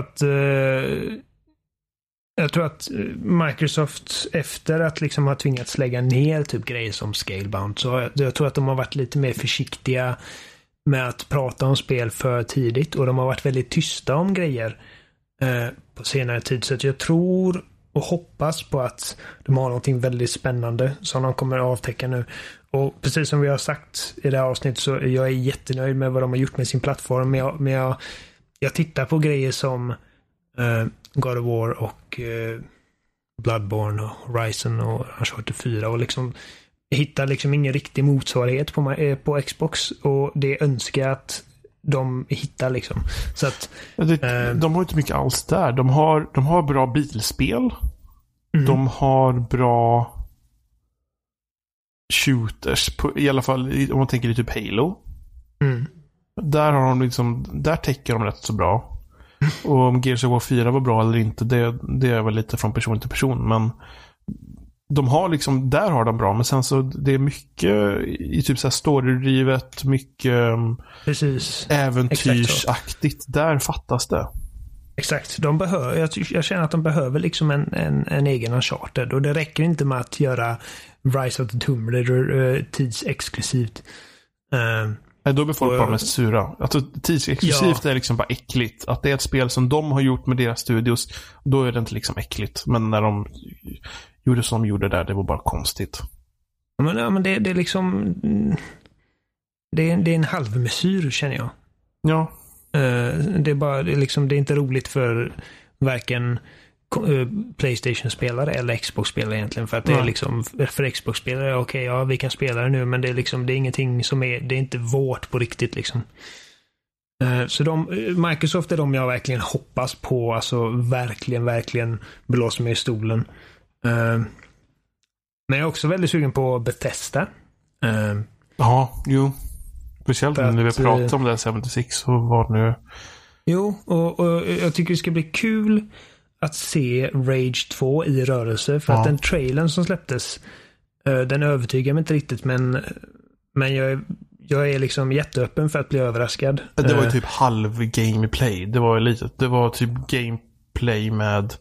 att Microsoft efter att liksom ha tvingats lägga ner typ grejer som Scalebound, så jag tror att de har varit lite mer försiktiga med att prata om spel för tidigt, och de har varit väldigt tysta om grejer på senare tid, så att jag tror och hoppas på att de har någonting väldigt spännande som de kommer att avtäcka nu. Och precis som vi har sagt i det här avsnittet, så jag är jättenöjd med vad de har gjort med sin plattform, men jag tittar på grejer som God of War och Bloodborne och Horizon och Uncharted 4 och liksom hittar liksom ingen riktig motsvarighet på Xbox, och det önskar jag att de hittar liksom. Så att
de har inte mycket alls där. De har bra bilspel. De har bra shooters i alla fall om man tänker typ Halo. Där har de liksom, där täcker de rätt så bra. Och om Gears of War 4 var bra eller inte, det är väl lite från person till person, men de har liksom, där har de bra, men sen så det är mycket i typ så här storydrivet, mycket äventyrsaktigt. Där fattas det.
Exakt. Jag känner att de behöver liksom en egen Uncharted, och det räcker inte med att göra Rise of the Tomb Raider tidsexklusivt.
Då blir folk bara mest sura. Alltså tidsexklusivt är liksom bara äckligt. Att det är ett spel som de har gjort med deras studios, då är det inte liksom äckligt. Men när de gjorde som de gjorde där, det var bara konstigt.
Men det är liksom det är en halvmesyr, känner jag.
Ja.
Det är inte roligt för varken PlayStation-spelare eller Xbox-spelare egentligen, för att det är liksom för Xbox-spelare, okej, ja, vi kan spela det nu, men det är liksom, det är ingenting som det är inte vårt på riktigt liksom. Så Microsoft är de jag verkligen hoppas på, alltså verkligen blåser mig i stolen. Men jag är också väldigt sugen på Bethesda.
Ja, jo. Speciellt när vi pratar om det här 76 och vad nu.
Jo, och jag tycker det ska bli kul att se Rage 2 i rörelse, för att den trailern som släpptes, den övertygar mig inte riktigt, men jag är liksom jätteöppen för att bli överraskad.
Det var ju typ halv gameplay. Det var ju litet. Det var typ gameplay med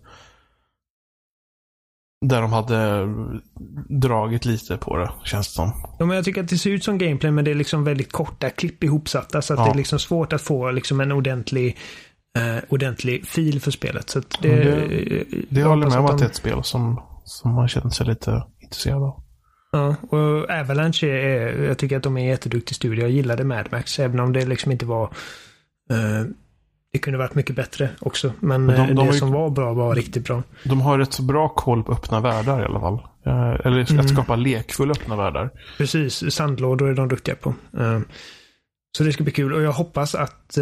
där de hade dragit lite på det, känns det som. Ja,
men jag tycker att det ser ut som gameplay, men det är liksom väldigt korta klipp ihopsatta, så att det är liksom svårt att få liksom en ordentlig fil för spelet. Så att
det håller med om att det är ett spel som man känner sig lite intresserad av.
Ja, och Avalanche jag tycker att de är en jätteduktig studio. Jag gillade Mad Max, även om det liksom inte var det kunde varit mycket bättre också. Men det som var bra var riktigt bra.
De har ett så bra koll på öppna världar i alla fall. Eller att skapa lekfulla öppna världar.
Precis, sandlådor är de duktiga på. Så det ska bli kul. Och jag hoppas att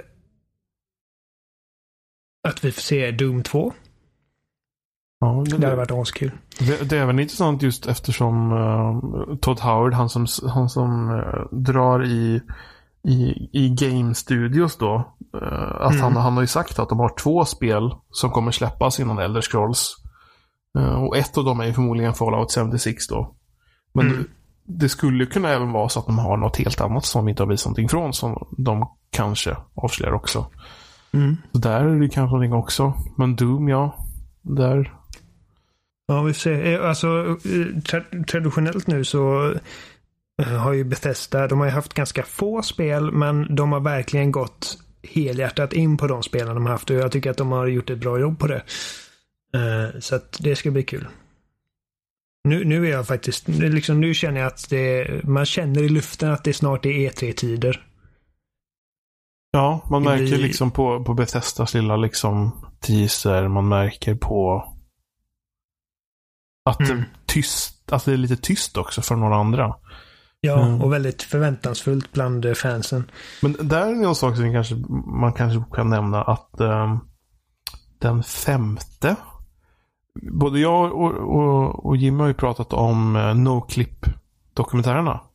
vi får se Doom 2.
Ja,
det hade varit askul.
Det är även intressant just eftersom Todd Howard, han som drar i Game Studios då, att han har ju sagt att de har 2 spel som kommer släppas innan Elder Scrolls. Och ett av dem är förmodligen Fallout 76 då. Men det skulle kunna även vara så att de har något helt annat som vi inte har visat någonting från, som de kanske avslöjar också. Så där är det kanske någonting också. Men Doom, där.
Ja, vi får se. Alltså, traditionellt nu så har ju Bethesda, de har ju haft ganska få spel, men de har verkligen gått helhjärtat in på de spelen de har haft, och jag tycker att de har gjort ett bra jobb på det. Så att det ska bli kul. Nu är jag faktiskt, liksom, nu känner jag att man känner i luften att det snart är E3-tider.
Ja, man märker liksom på Bethesdas lilla liksom teaser, man märker på att tyst, alltså det är lite tyst också för några andra.
Ja, och väldigt förväntansfullt bland fansen.
Men där är en sak som man kanske kan nämna att den 5:e, både jag och Jimmy har ju pratat om No-Clip-dokumentärerna.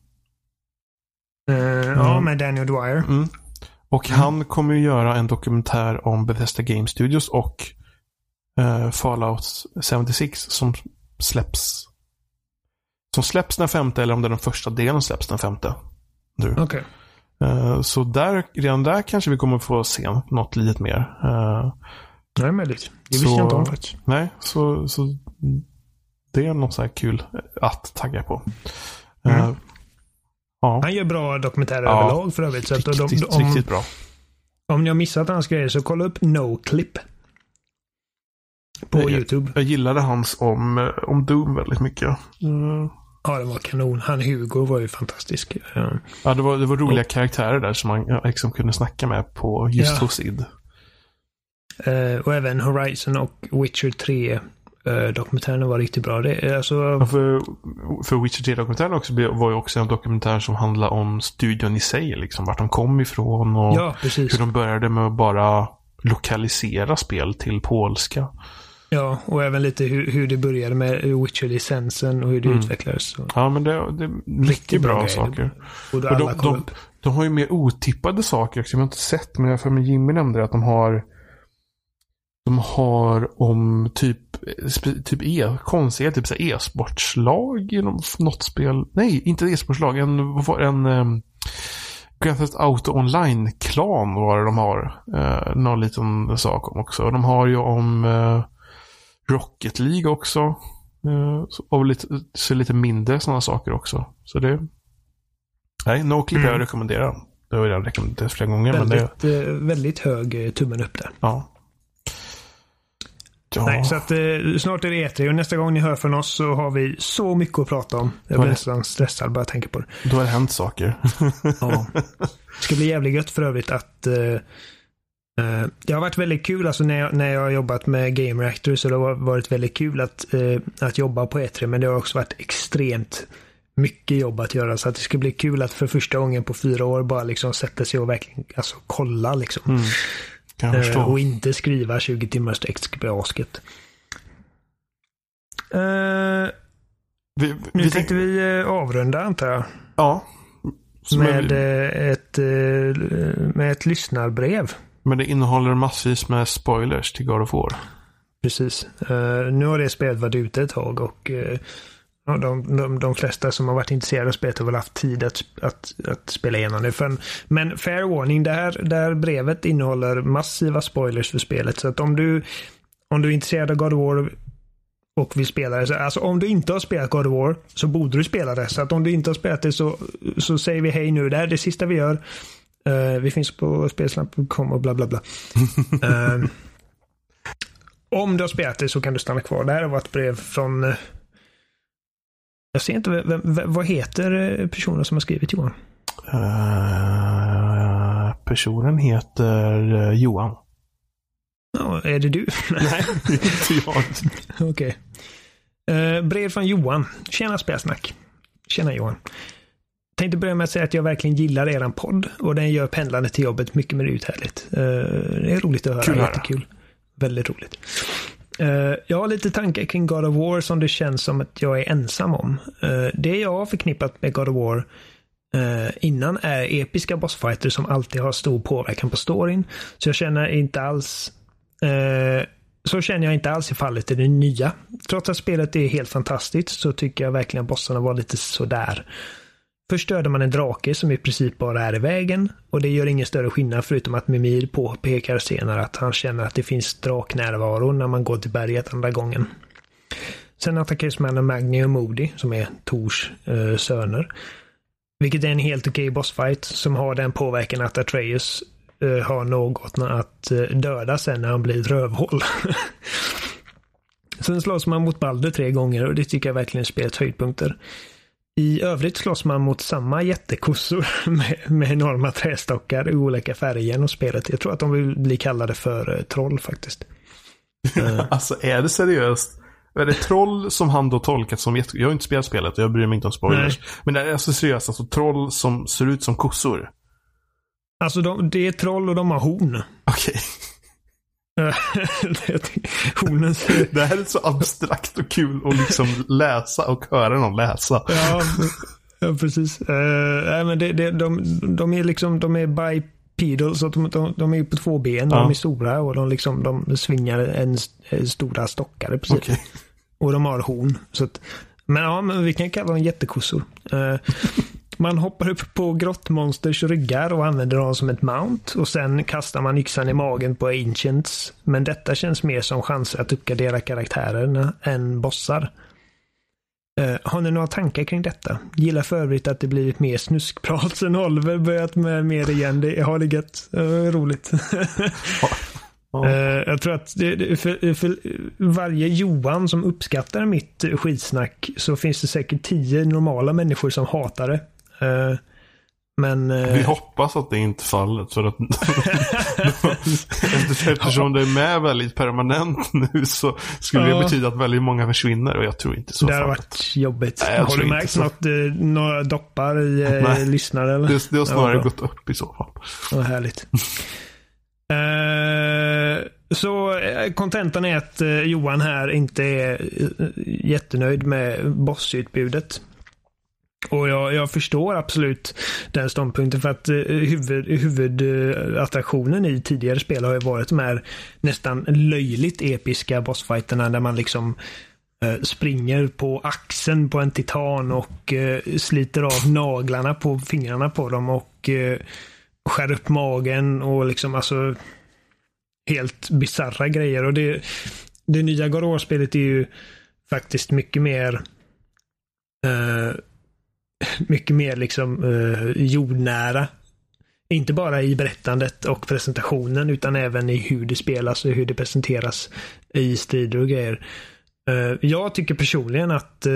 Ja, med Daniel Dwyer.
Och han kommer ju göra en dokumentär om Bethesda Game Studios och Fallout 76 som släpps den 5:e, eller om det är den första delen släpps den 5:e.
Okej.
Så redan där kanske vi kommer få se något litet mer.
Nej, möjligt. Det visste jag inte om faktiskt.
Nej, så det är något så här kul att tagga på. Ja.
Han gör bra dokumentärer överlag för övrigt. Så
riktigt bra.
Om ni har missat hans grejer så kolla upp No-Clip på YouTube.
Jag gillade hans om Doom väldigt mycket.
Ja, det var kanon. Han Hugo var ju fantastisk.
Ja, det var roliga karaktärer där som man liksom kunde snacka med på just hos id.
Och även Horizon och Witcher 3 dokumentärerna var riktigt bra.
För Witcher 3-dokumentären också var ju också en dokumentär som handlar om studion i sig, liksom vart de kom ifrån och hur de började med att bara lokalisera spel till polska.
Ja, och även lite hur det började med Witcher-licensen och hur det utvecklades.
Ja, men det är riktigt bra saker. Och de har ju mer otippade saker som jag inte sett, men jag för mig Jimmy nämnde att de har om typ konstiga typ så e-sportslag i något spel. Nej, inte e-sportslag. En Grand Theft Auto Online-klan var det de har. Någon liten sak om också. De har ju om Rocket League också. Och lite mindre sådana saker också. Så det... Nej, No-Clip jag rekommenderar. Det har jag rekommenderat flera gånger.
Väldigt hög tummen upp där.
Ja.
Nej, så att snart är det E3 och nästa gång ni hör från oss så har vi så mycket att prata om. Jag blir nästan stressad bara tänka på det.
Då har det hänt saker.
Ja. Det ska bli jävligt gött för övrigt att det har varit väldigt kul alltså när jag har jobbat med Game Reactor, så det har varit väldigt kul att jobba på E3, men det har också varit extremt mycket jobb att göra, så att det ska bli kul att för första gången på 4 år bara liksom sätta sig och verkligen alltså kolla liksom. Och inte skriva 20 timmars text på asket. Nu tänkte vi avrunda, antar jag.
Ja.
Med ett lyssnarbrev.
Men det innehåller massvis med spoilers till God of War.
Precis. Nu har det spelet varit ute ett tag och de flesta som har varit intresserade av spelet har väl haft tid att spela igenom det. Men fair warning, det här brevet innehåller massiva spoilers för spelet. Så att om du är intresserad av God of War och vill spela det, alltså om du inte har spelat God of War så borde du spela det. Så att om du inte har spelat det så säger vi hej nu. Det här är det sista vi gör. Vi finns på spelslamp.com och bla bla bla. Om du har spelat det så kan du stanna kvar. Det här var ett brev från... Jag ser inte, vad heter personen som har skrivit, Johan?
Personen heter Johan.
Ja, är det du?
Nej, inte jag.
Okej. Brev från Johan. Tjena spelsnack. Tjena Johan. Tänkte börja med att säga att jag verkligen gillar eran podd och den gör pendlandet till jobbet mycket mer uthärligt. Det är roligt att höra.
Kul.
Jättekul. Väldigt roligt. Jag har lite tankar kring God of War som det känns som att jag är ensam om. Det jag har förknippat med God of War innan är episka bossfighter som alltid har stor påverkan på storyn. Så jag känner inte alls i fallet i det nya. Trots att spelet är helt fantastiskt så tycker jag verkligen att bossarna var lite sådär. Först dödar man en drake som i princip bara är i vägen och det gör ingen större skillnad förutom att Mimir påpekar senare att han känner att det finns draknärvaro när man går till berget andra gången. Sen attackeras man av Magni och Moody som är Tors söner. Vilket är en helt okej bossfight som har den påverkan att Atreus har något att döda sen när han blir ett rövhål. Sen slåss man mot Baldur 3 gånger och det tycker jag verkligen är spelets höjdpunkter. I övrigt slåss man mot samma jättekossor med enorma trästockar i olika färger och spelet. Jag tror att de vill bli kallade för troll faktiskt.
Alltså är det seriöst är det troll som han då tolkat som jag har inte spelat spelet och jag bryr mig inte om spoilers. Nej. Men det är alltså seriöst, alltså troll som ser ut som kossor.
Alltså det är troll och de har horn.
Okej.
Hornen
Det här är så abstrakt och kul att liksom läsa och höra någon läsa.
Ja, precis. Men de är liksom, de är bipedal, så att de är på 2 ben och de är stora och de svingar en stora stockar precis. Okay. Och de har horn. Så att, men vi kan kalla dem jättekossor. Man hoppar upp på grottmonsters ryggar och använder dem som ett mount. Och sen kastar man yxan i magen på ancients. Men detta känns mer som chanser att uppgradera karaktärerna än bossar. Har ni några tankar kring detta? Gillar för övrigt att det blivit mer snuskprat sen Oliver börjat med mer igen. Det har det gött. Roligt. Jag tror att för varje Johan som uppskattar mitt skitsnack så finns det säkert 10 normala människor som hatar det. Men
vi hoppas att det inte är fallet, för att eftersom det är med väldigt permanent nu så skulle det betyda att väldigt många försvinner, och jag tror inte så.
Det har varit jobbigt. Nej, har du märkt några doppar i lyssnare eller?
Det har snarare gått upp i så fall.
Vad härligt. Så kontentan är att Johan här inte är jättenöjd med bossutbudet. Och jag förstår absolut den ståndpunkten, för att huvudattraktionen i tidigare spel har ju varit de här nästan löjligt episka bossfighterna där man liksom springer på axeln på en titan och sliter av naglarna på fingrarna på dem och skär upp magen och liksom alltså helt bizarra grejer. Och det nya God of War-spelet är ju faktiskt mycket mer liksom jordnära. Inte bara i berättandet och presentationen utan även i hur det spelas och hur det presenteras i strider och grejer. Jag tycker personligen att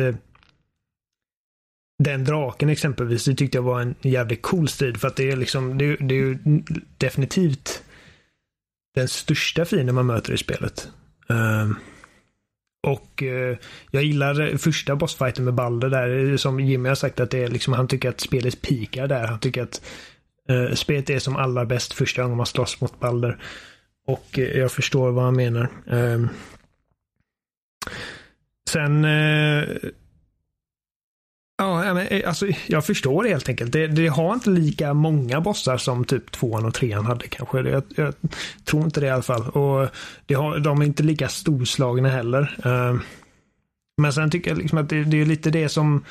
den draken exempelvis, det tyckte jag var en jävligt cool strid, för att det är liksom det är ju definitivt den största fienden man möter i spelet. Och jag gillar första bossfighten med Balder där, som Jimmy har sagt att det är liksom, han tycker att spelet pikar där. Han tycker att spelet är som allra bäst första gången man slåss mot Balder. Och jag förstår vad han menar. Sen alltså, jag förstår det helt enkelt. Det har inte lika många bossar som typ 2:an och 3:an hade kanske. Jag tror inte det i alla fall. Och de är inte lika storslagna heller. Men sen tycker jag liksom att det är lite det som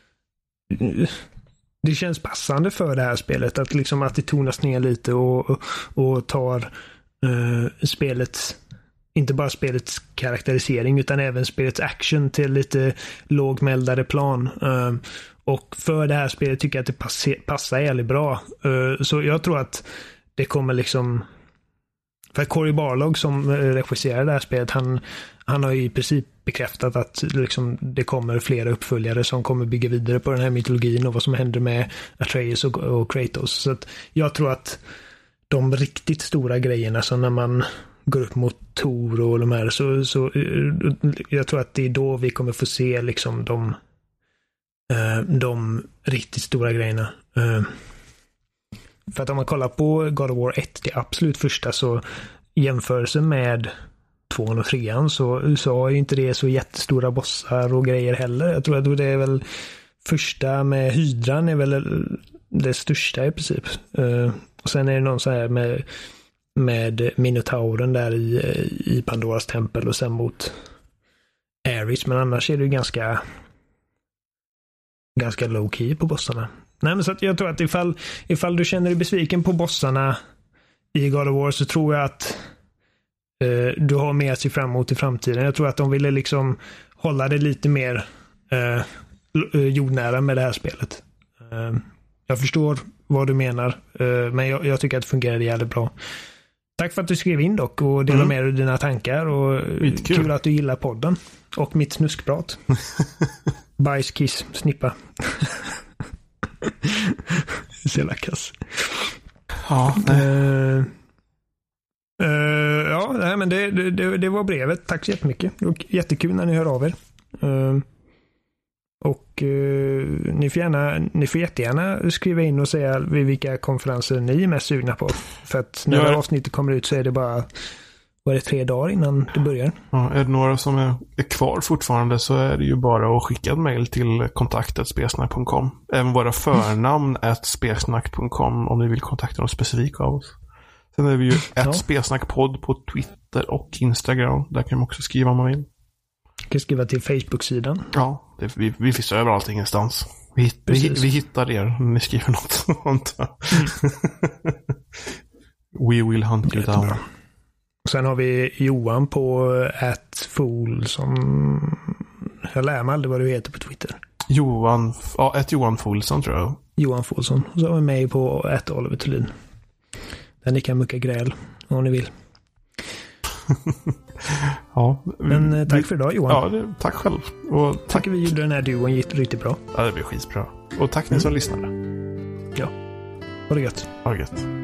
det känns passande för det här spelet. Att liksom att det tonas ner lite och tar spelets, inte bara spelets karaktärisering utan även spelets action till lite lågmäldare plan. Och för det här spelet tycker jag att det passar jävligt bra. Så jag tror att det kommer liksom, för Cory Barlog som regisserar det här spelet, han har ju i princip bekräftat att liksom det kommer flera uppföljare som kommer bygga vidare på den här mytologin och vad som händer med Atreus och Kratos. Så att jag tror att de riktigt stora grejerna, som när man går upp mot Thor och de här, så jag tror att det är då vi kommer få se liksom de riktigt stora grejerna. För att om man kollar på God of War 1, det absolut första, så jämförelsen med 2:an och 3:an så har ju inte det så jättestora bossar och grejer heller. Jag tror att det är väl första med hydran är väl det största i princip. Och sen är det någon så här med Minotauren där i Pandoras tempel och sen mot Ares, men annars är det ju ganska low key på bossarna. Nej, men så att jag tror att ifall du känner dig besviken på bossarna i God of War, så tror jag att du har mer att se fram emot i framtiden. Jag tror att de ville liksom hålla det lite mer jordnära med det här spelet. Jag förstår vad du menar, men jag tycker att det fungerar jävligt bra. Tack för att du skrev in dock och delade med dig dina tankar, och kul att du gillar podden och mitt snuskprat. Bajskiss, snippa. Så kass.
Ja.
Ja, nej, men det var brevet. Tack så jättemycket. Det var jättekul när ni hör av er. Och ni får jättegärna skriva in och säga vilka konferenser ni är mest sugna på. För att när det här avsnittet kommer ut så är det bara 3 dagar innan det börjar.
Ja, är det några som är kvar fortfarande så är det ju bara att skicka ett mejl till kontakt@spelsnack.com. Även våra förnamn @spelsnack.com om ni vill kontakta någon specifik av oss. Sen är vi ju @spelsnackpodd på Twitter och Instagram. Där kan man också skriva om man vill.
Kan skriva till Facebook-sidan.
Ja, vi finns överallt ingenstans. Vi hittar er när ni skriver något. We will hunt you down.
Sen har vi Johan på @fool som jag lär mig aldrig vad du heter på Twitter.
Johan Folsson tror jag.
Johan Folsson. Och så har vi mig på @Oliver Thulin. Där ni kan mucka gräl om ni vill.
Ja,
men tack för idag Johan.
Ja, tack själv. Och tack
vi gjorde den här duon gick riktigt bra.
Ja, det blir skitbra. Och tack ni som lyssnade.
Ja. Ha det gött.
Ha det gött.